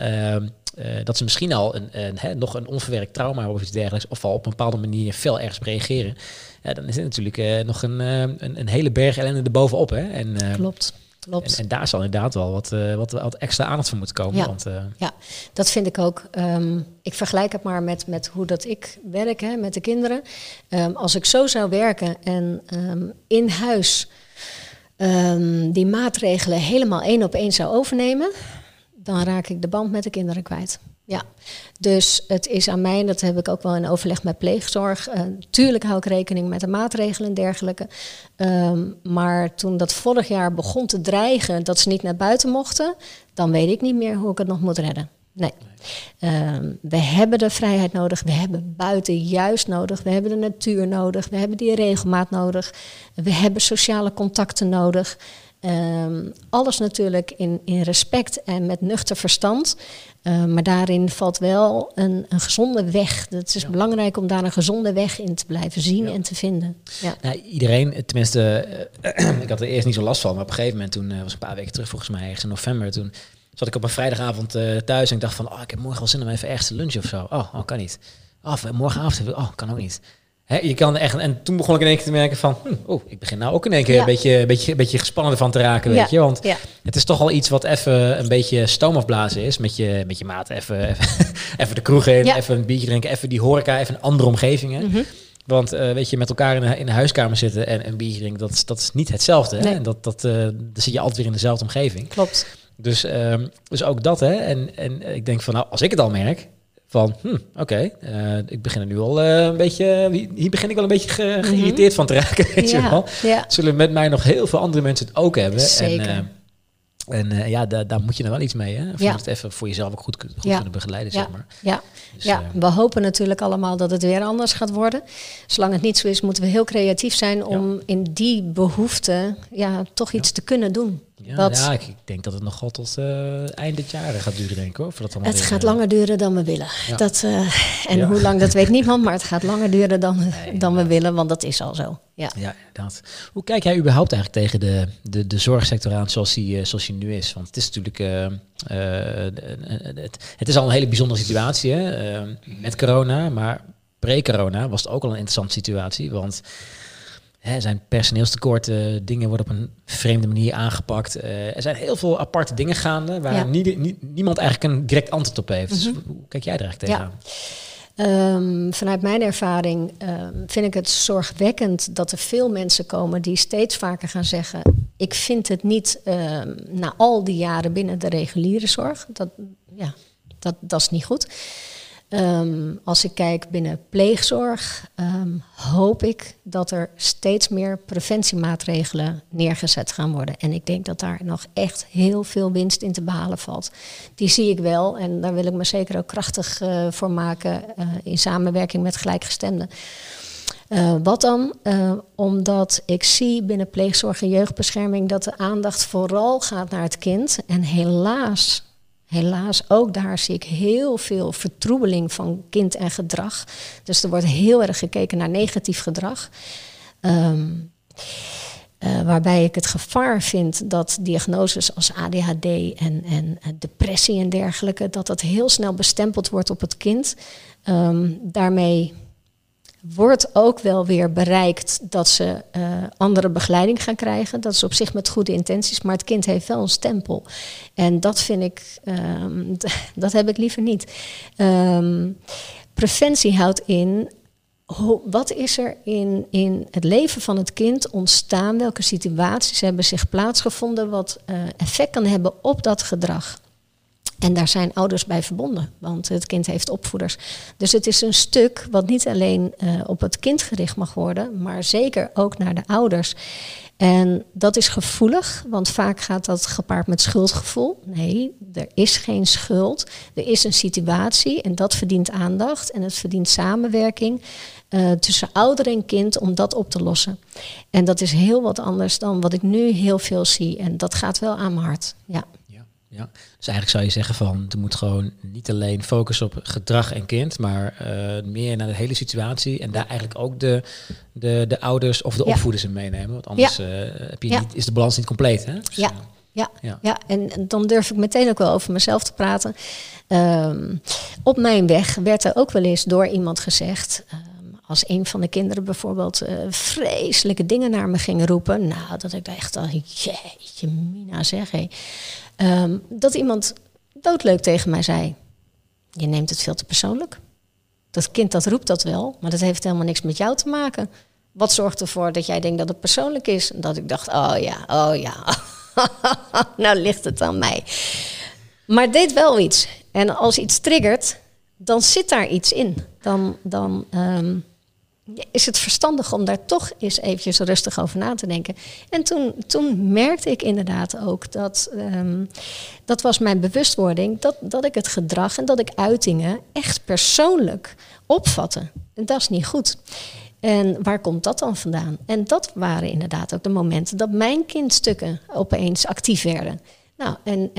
nog een onverwerkt trauma of iets dergelijks, of al op een bepaalde manier fel ergens reageren, dan is het natuurlijk nog een hele berg ellende erbovenop. Hè? En, Klopt. Klopt. En daar zal inderdaad wel wat extra aandacht voor moeten komen. Ja. Want, Ja, dat vind ik ook. Ik vergelijk het maar met hoe dat ik werk, hè, met de kinderen. Als ik zo zou werken en in huis die maatregelen helemaal 1 op 1 zou overnemen, dan raak ik de band met de kinderen kwijt. Ja, dus het is aan mij, en dat heb ik ook wel in overleg met pleegzorg. Tuurlijk hou ik rekening met de maatregelen en dergelijke. Maar toen dat vorig jaar begon te dreigen dat ze niet naar buiten mochten, dan weet ik niet meer hoe ik het nog moet redden. Nee. We hebben de vrijheid nodig, we hebben buiten juist nodig, we hebben de natuur nodig, we hebben die regelmaat nodig, we hebben sociale contacten nodig. Alles natuurlijk in respect en met nuchter verstand. Maar daarin valt wel een gezonde weg. Het is belangrijk om daar een gezonde weg in te blijven zien en te vinden. Ja. Nou, iedereen, tenminste, ik had er eerst niet zo last van. Maar op een gegeven moment, toen was een paar weken terug, volgens mij ergens in november. Toen zat ik op een vrijdagavond thuis en ik dacht van, ik heb morgen wel zin om even ergens te lunchen of zo. Kan niet. Morgenavond, kan ook niet. Je kan echt, en toen begon ik in één keer te merken van, ik begin nou ook in één keer een beetje gespannen ervan te raken, weet je. Want het is toch al iets wat even een beetje stoom afblazen is met je maat. Even de kroeg in, even een biertje drinken, even die horeca, even een andere omgeving. Hè? Mm-hmm. Want weet je, met elkaar in de huiskamer zitten en een biertje drinken, dat is niet hetzelfde. Hè? Nee. Dan zit je altijd weer in dezelfde omgeving. Klopt. Dus ook dat, hè. En ik denk van, als ik het al merk, van, ik begin er nu al een beetje, hier begin ik wel een beetje geïrriteerd van te raken, weet je wel. Ja. Zullen met mij nog heel veel andere mensen het ook hebben. Zeker. Daar moet je dan wel iets mee, hè? Of je moet het even voor jezelf ook goed kunnen begeleiden, zeg maar. Ja. Dus, we hopen natuurlijk allemaal dat het weer anders gaat worden. Zolang het niet zo is, moeten we heel creatief zijn om in die behoefte toch iets te kunnen doen. Ik denk dat het nog wel tot eind dit jaar gaat duren, denk ik, hoor. Het gaat langer duren dan we willen. Ja. Hoe lang, dat weet niemand, maar het gaat langer duren dan we willen, want dat is al zo. Ja, inderdaad. Hoe kijk jij überhaupt eigenlijk tegen de zorgsector aan zoals die nu is? Want het is natuurlijk, het is al een hele bijzondere situatie, hè? Met corona, maar pre-corona was het ook al een interessante situatie, want er zijn personeelstekorten, dingen worden op een vreemde manier aangepakt. Er zijn heel veel aparte dingen gaande waar niemand eigenlijk een direct antwoord op heeft. Dus hoe kijk jij er eigenlijk tegenaan? Vanuit mijn ervaring vind ik het zorgwekkend dat er veel mensen komen die steeds vaker gaan zeggen, ik vind het niet na al die jaren binnen de reguliere zorg. Dat is niet goed. Als ik kijk binnen pleegzorg, hoop ik dat er steeds meer preventiemaatregelen neergezet gaan worden. En ik denk dat daar nog echt heel veel winst in te behalen valt. Die zie ik wel en daar wil ik me zeker ook krachtig voor maken in samenwerking met gelijkgestemden. Wat dan? Omdat ik zie binnen pleegzorg en jeugdbescherming dat de aandacht vooral gaat naar het kind. En helaas, ook daar zie ik heel veel vertroebeling van kind en gedrag. Dus er wordt heel erg gekeken naar negatief gedrag. Waarbij ik het gevaar vind dat diagnoses als ADHD en depressie en dergelijke, dat heel snel bestempeld wordt op het kind. Daarmee wordt ook wel weer bereikt dat ze andere begeleiding gaan krijgen. Dat is op zich met goede intenties, maar het kind heeft wel een stempel. En dat vind ik, dat heb ik liever niet. Preventie houdt in, wat is er in het leven van het kind ontstaan? Welke situaties hebben zich plaatsgevonden wat effect kan hebben op dat gedrag? En daar zijn ouders bij verbonden, want het kind heeft opvoeders. Dus het is een stuk wat niet alleen op het kind gericht mag worden, maar zeker ook naar de ouders. En dat is gevoelig, want vaak gaat dat gepaard met schuldgevoel. Nee, er is geen schuld. Er is een situatie en dat verdient aandacht en het verdient samenwerking tussen ouder en kind om dat op te lossen. En dat is heel wat anders dan wat ik nu heel veel zie. En dat gaat wel aan mijn hart, ja. Ja, dus eigenlijk zou je zeggen van, er moet gewoon niet alleen focus op gedrag en kind, maar meer naar de hele situatie en daar eigenlijk ook de ouders of de opvoeders in meenemen. Want anders is de balans niet compleet. Hè? Dus, ja, en dan durf ik meteen ook wel over mezelf te praten. Op mijn weg werd er ook wel eens door iemand gezegd, als een van de kinderen bijvoorbeeld vreselijke dingen naar me ging roepen. Nou, dat ik dacht, jeetje mina zeg. Hé. Dat iemand doodleuk tegen mij zei. Je neemt het veel te persoonlijk. Dat kind dat roept dat wel, maar dat heeft helemaal niks met jou te maken. Wat zorgt ervoor dat jij denkt dat het persoonlijk is? En dat ik dacht, oh ja. Nou ligt het aan mij. Maar het deed wel iets. En als iets triggert, dan zit daar iets in. Dan is het verstandig om daar toch eens eventjes rustig over na te denken. En toen merkte ik inderdaad ook dat was mijn bewustwording, dat ik het gedrag en dat ik uitingen echt persoonlijk opvatte. En dat is niet goed. En waar komt dat dan vandaan? En dat waren inderdaad ook de momenten dat mijn kindstukken opeens actief werden. Nou,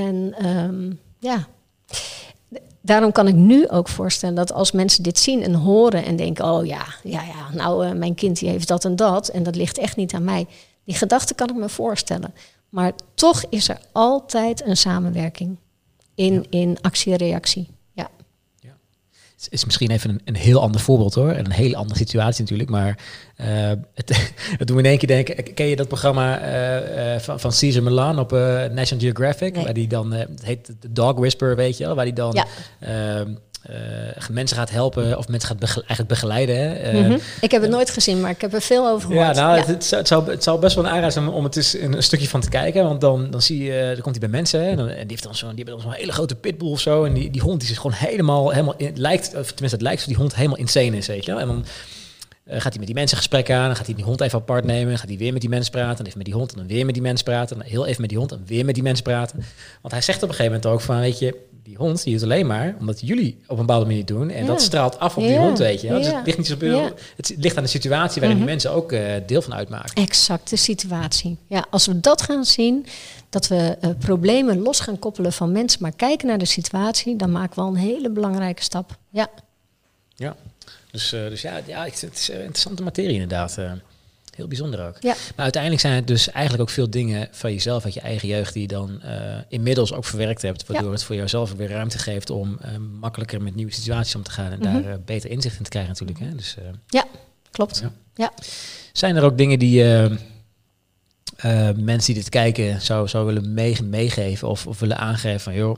ja. Daarom kan ik nu ook voorstellen dat als mensen dit zien en horen en denken, oh ja, nou mijn kind die heeft dat en dat ligt echt niet aan mij. Die gedachte kan ik me voorstellen. Maar toch is er altijd een samenwerking in actie-reactie. Ja. Het is misschien even een heel ander voorbeeld hoor. En een hele andere situatie natuurlijk. Maar het doet me in één keer denken. Ken je dat programma van Cesar Millan op National Geographic? Nee. Waar die dan, het heet The Dog Whisperer, weet je wel. Waar die dan mensen gaat helpen of mensen gaat eigenlijk begeleiden. Hè? Ik heb het nooit gezien, maar ik heb er veel over gehoord. Ja, nou, het zou best wel een aanrader zijn om het eens een stukje van te kijken. Want dan zie je, dan komt hij bij mensen. Hè, en die hebben dan zo'n hele grote pitbull of zo. En die hond die is gewoon helemaal lijkt, of tenminste het lijkt alsof die hond helemaal insane is, weet je wel. En dan gaat hij met die mensen gesprek aan. Dan gaat hij die hond even apart nemen. Dan gaat hij weer met die mensen praten. Dan even met die hond en dan weer met die mensen praten. Dan heel even met die hond en weer met die mensen praten. Want hij zegt op een gegeven moment ook van, weet je, die hond die doet alleen maar omdat jullie op een bepaalde manier doen. En dat straalt af op die hond, weet je. Dus het ligt niet zo het ligt aan de situatie waarin die mensen ook deel van uitmaken. Exact, de situatie. Ja, als we dat gaan zien, dat we problemen los gaan koppelen van mensen, maar kijken naar de situatie, dan maken we al een hele belangrijke stap. Ja. Ja. Dus het is een interessante materie inderdaad. Heel bijzonder ook. Ja. Maar uiteindelijk zijn het dus eigenlijk ook veel dingen van jezelf uit je eigen jeugd die je dan inmiddels ook verwerkt hebt, waardoor het voor jouzelf weer ruimte geeft om makkelijker met nieuwe situaties om te gaan en daar beter inzicht in te krijgen natuurlijk. Hè? Dus, ja, klopt. Ja. Zijn er ook dingen die mensen die dit kijken zou willen meegeven of willen aangeven van joh,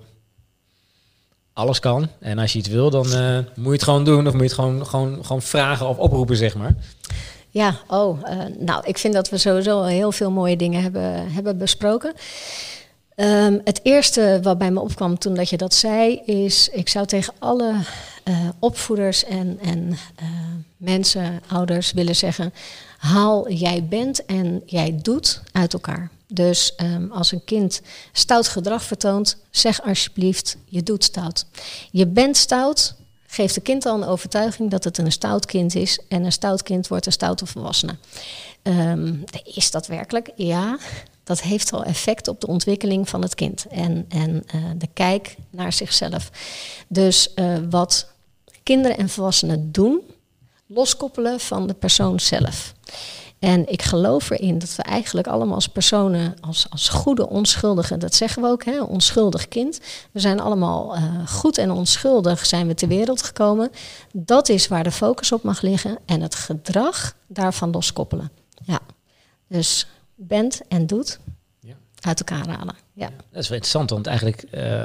alles kan. En als je iets wil, dan moet je het gewoon doen. Of moet je het gewoon vragen of oproepen, zeg maar. Ja, nou, ik vind dat we sowieso heel veel mooie dingen hebben besproken. Het eerste wat bij me opkwam toen dat je dat zei, is ik zou tegen alle opvoeders en mensen, ouders willen zeggen, haal jij bent en jij doet uit elkaar. Dus als een kind stout gedrag vertoont, zeg alsjeblieft, je doet stout. Je bent stout, geeft de kind al een overtuiging dat het een stout kind is. En een stout kind wordt een stoute volwassene. Is dat werkelijk? Ja, dat heeft al effect op de ontwikkeling van het kind. En de kijk naar zichzelf. Dus wat kinderen en volwassenen doen, loskoppelen van de persoon zelf. En ik geloof erin dat we eigenlijk allemaal als personen, als goede onschuldigen, dat zeggen we ook, hè, onschuldig kind. We zijn allemaal goed en onschuldig zijn we ter wereld gekomen. Dat is waar de focus op mag liggen en het gedrag daarvan loskoppelen. Ja, dus bent en doet uit elkaar halen. Ja. Dat is wel interessant, want eigenlijk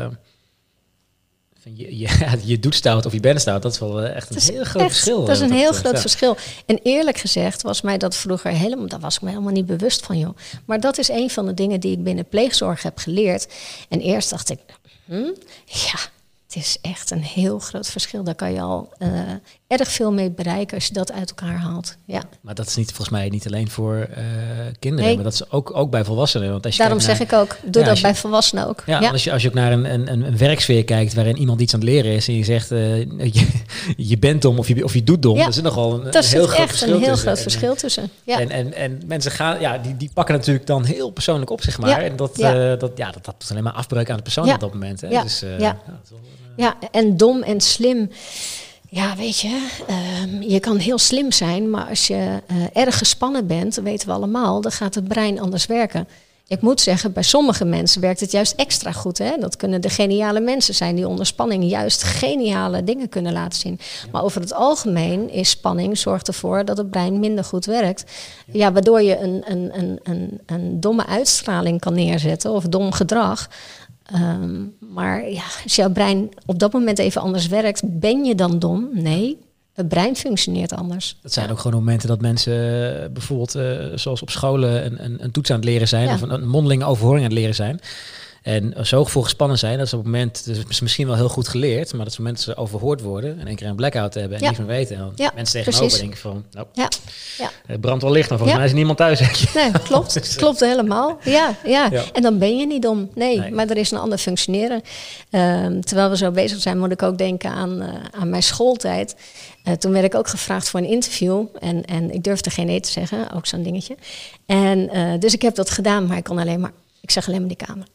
je doet stout of je bent stout, dat is wel echt een heel groot verschil. Dat is een heel groot verschil. En eerlijk gezegd was mij dat vroeger helemaal, daar was ik me helemaal niet bewust van, joh. Maar dat is een van de dingen die ik binnen pleegzorg heb geleerd. En eerst dacht ik, ja, het is echt een heel groot verschil. Daar kan je al erg veel mee bereiken als je dat uit elkaar haalt. Ja. Maar dat is volgens mij niet alleen voor kinderen, maar dat is ook bij volwassenen. Want als je daarom zeg ik ook, doe dat bij volwassenen ook. Ja, als je ook naar een werksfeer kijkt waarin iemand iets aan het leren is en je zegt je bent dom of je doet dom, dat is nogal een heel groot verschil. Een heel groot verschil tussen. Ja. En mensen gaan, die pakken natuurlijk dan heel persoonlijk op zich maar. Ja. En dat doet alleen maar afbreuk aan de persoon op dat moment. Hè? Ja. Dus, ja, en dom en slim. Ja, weet je, je kan heel slim zijn, maar als je erg gespannen bent, weten we allemaal, dan gaat het brein anders werken. Ik moet zeggen, bij sommige mensen werkt het juist extra goed. Hè? Dat kunnen de geniale mensen zijn die onder spanning juist geniale dingen kunnen laten zien. Ja. Maar over het algemeen is spanning zorgt ervoor dat het brein minder goed werkt. Ja, waardoor je een domme uitstraling kan neerzetten of dom gedrag. Maar ja, als jouw brein op dat moment even anders werkt, ben je dan dom? Nee. Het brein functioneert anders. Dat zijn ook gewoon momenten dat mensen bijvoorbeeld zoals op scholen een toets aan het leren zijn of een mondelinge overhoring aan het leren zijn. En zo gevoel gespannen zijn dat ze op het moment, dus is misschien wel heel goed geleerd, maar dat ze op het moment dat ze overhoord worden en één keer een blackout hebben en niets meer weten. En dan mensen tegenover denken van, nou, het brandt wel licht, maar volgens mij is er niemand thuis. Nee, klopt. Klopt helemaal. Ja. En dan ben je niet dom. Nee, maar er is een ander functioneren. Terwijl we zo bezig zijn, moet ik ook denken aan mijn schooltijd. Toen werd ik ook gevraagd voor een interview. En ik durfde geen nee te zeggen, ook zo'n dingetje. En dus ik heb dat gedaan, maar ik zag alleen maar die camera.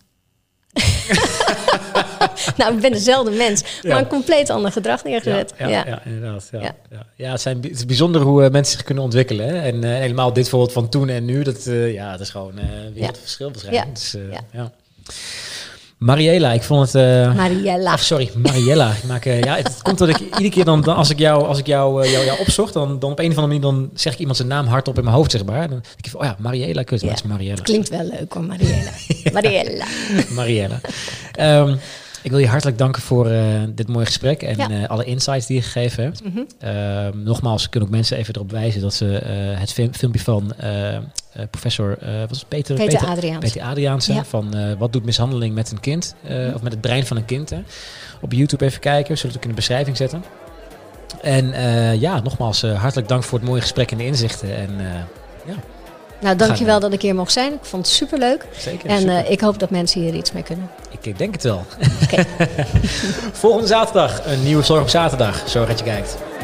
Nou, ik ben dezelfde mens, maar een compleet ander gedrag neergezet. Ja, inderdaad. Ja, het is bijzonder hoe mensen zich kunnen ontwikkelen. Hè? En helemaal dit voorbeeld van toen en nu, dat is gewoon wereldverschil waarschijnlijk. Dus, Mariela, ik vond het... Mariella. Het komt dat ik iedere keer dan als ik jou opzocht, dan op een of andere manier dan zeg ik iemand zijn naam hardop in mijn hoofd, zeg maar. Dan denk ik van, Mariela, dat is Mariella. Klinkt wel leuk hoor, Mariella. Mariella. Ik wil je hartelijk danken voor dit mooie gesprek en alle insights die je gegeven hebt. Mm-hmm. Nogmaals, kunnen ook mensen even erop wijzen dat ze het filmpje van professor Peter Adriaanse van wat doet mishandeling met een kind, of met het brein van een kind, op YouTube even kijken. We zullen het ook in de beschrijving zetten. En nogmaals, hartelijk dank voor het mooie gesprek en de inzichten. En Nou, dankjewel dat ik hier mocht zijn. Ik vond het superleuk. Zeker. En ik hoop dat mensen hier iets mee kunnen. Ik denk het wel. Okay. Volgende zaterdag een nieuwe Zorg op Zaterdag. Zorg dat je kijkt.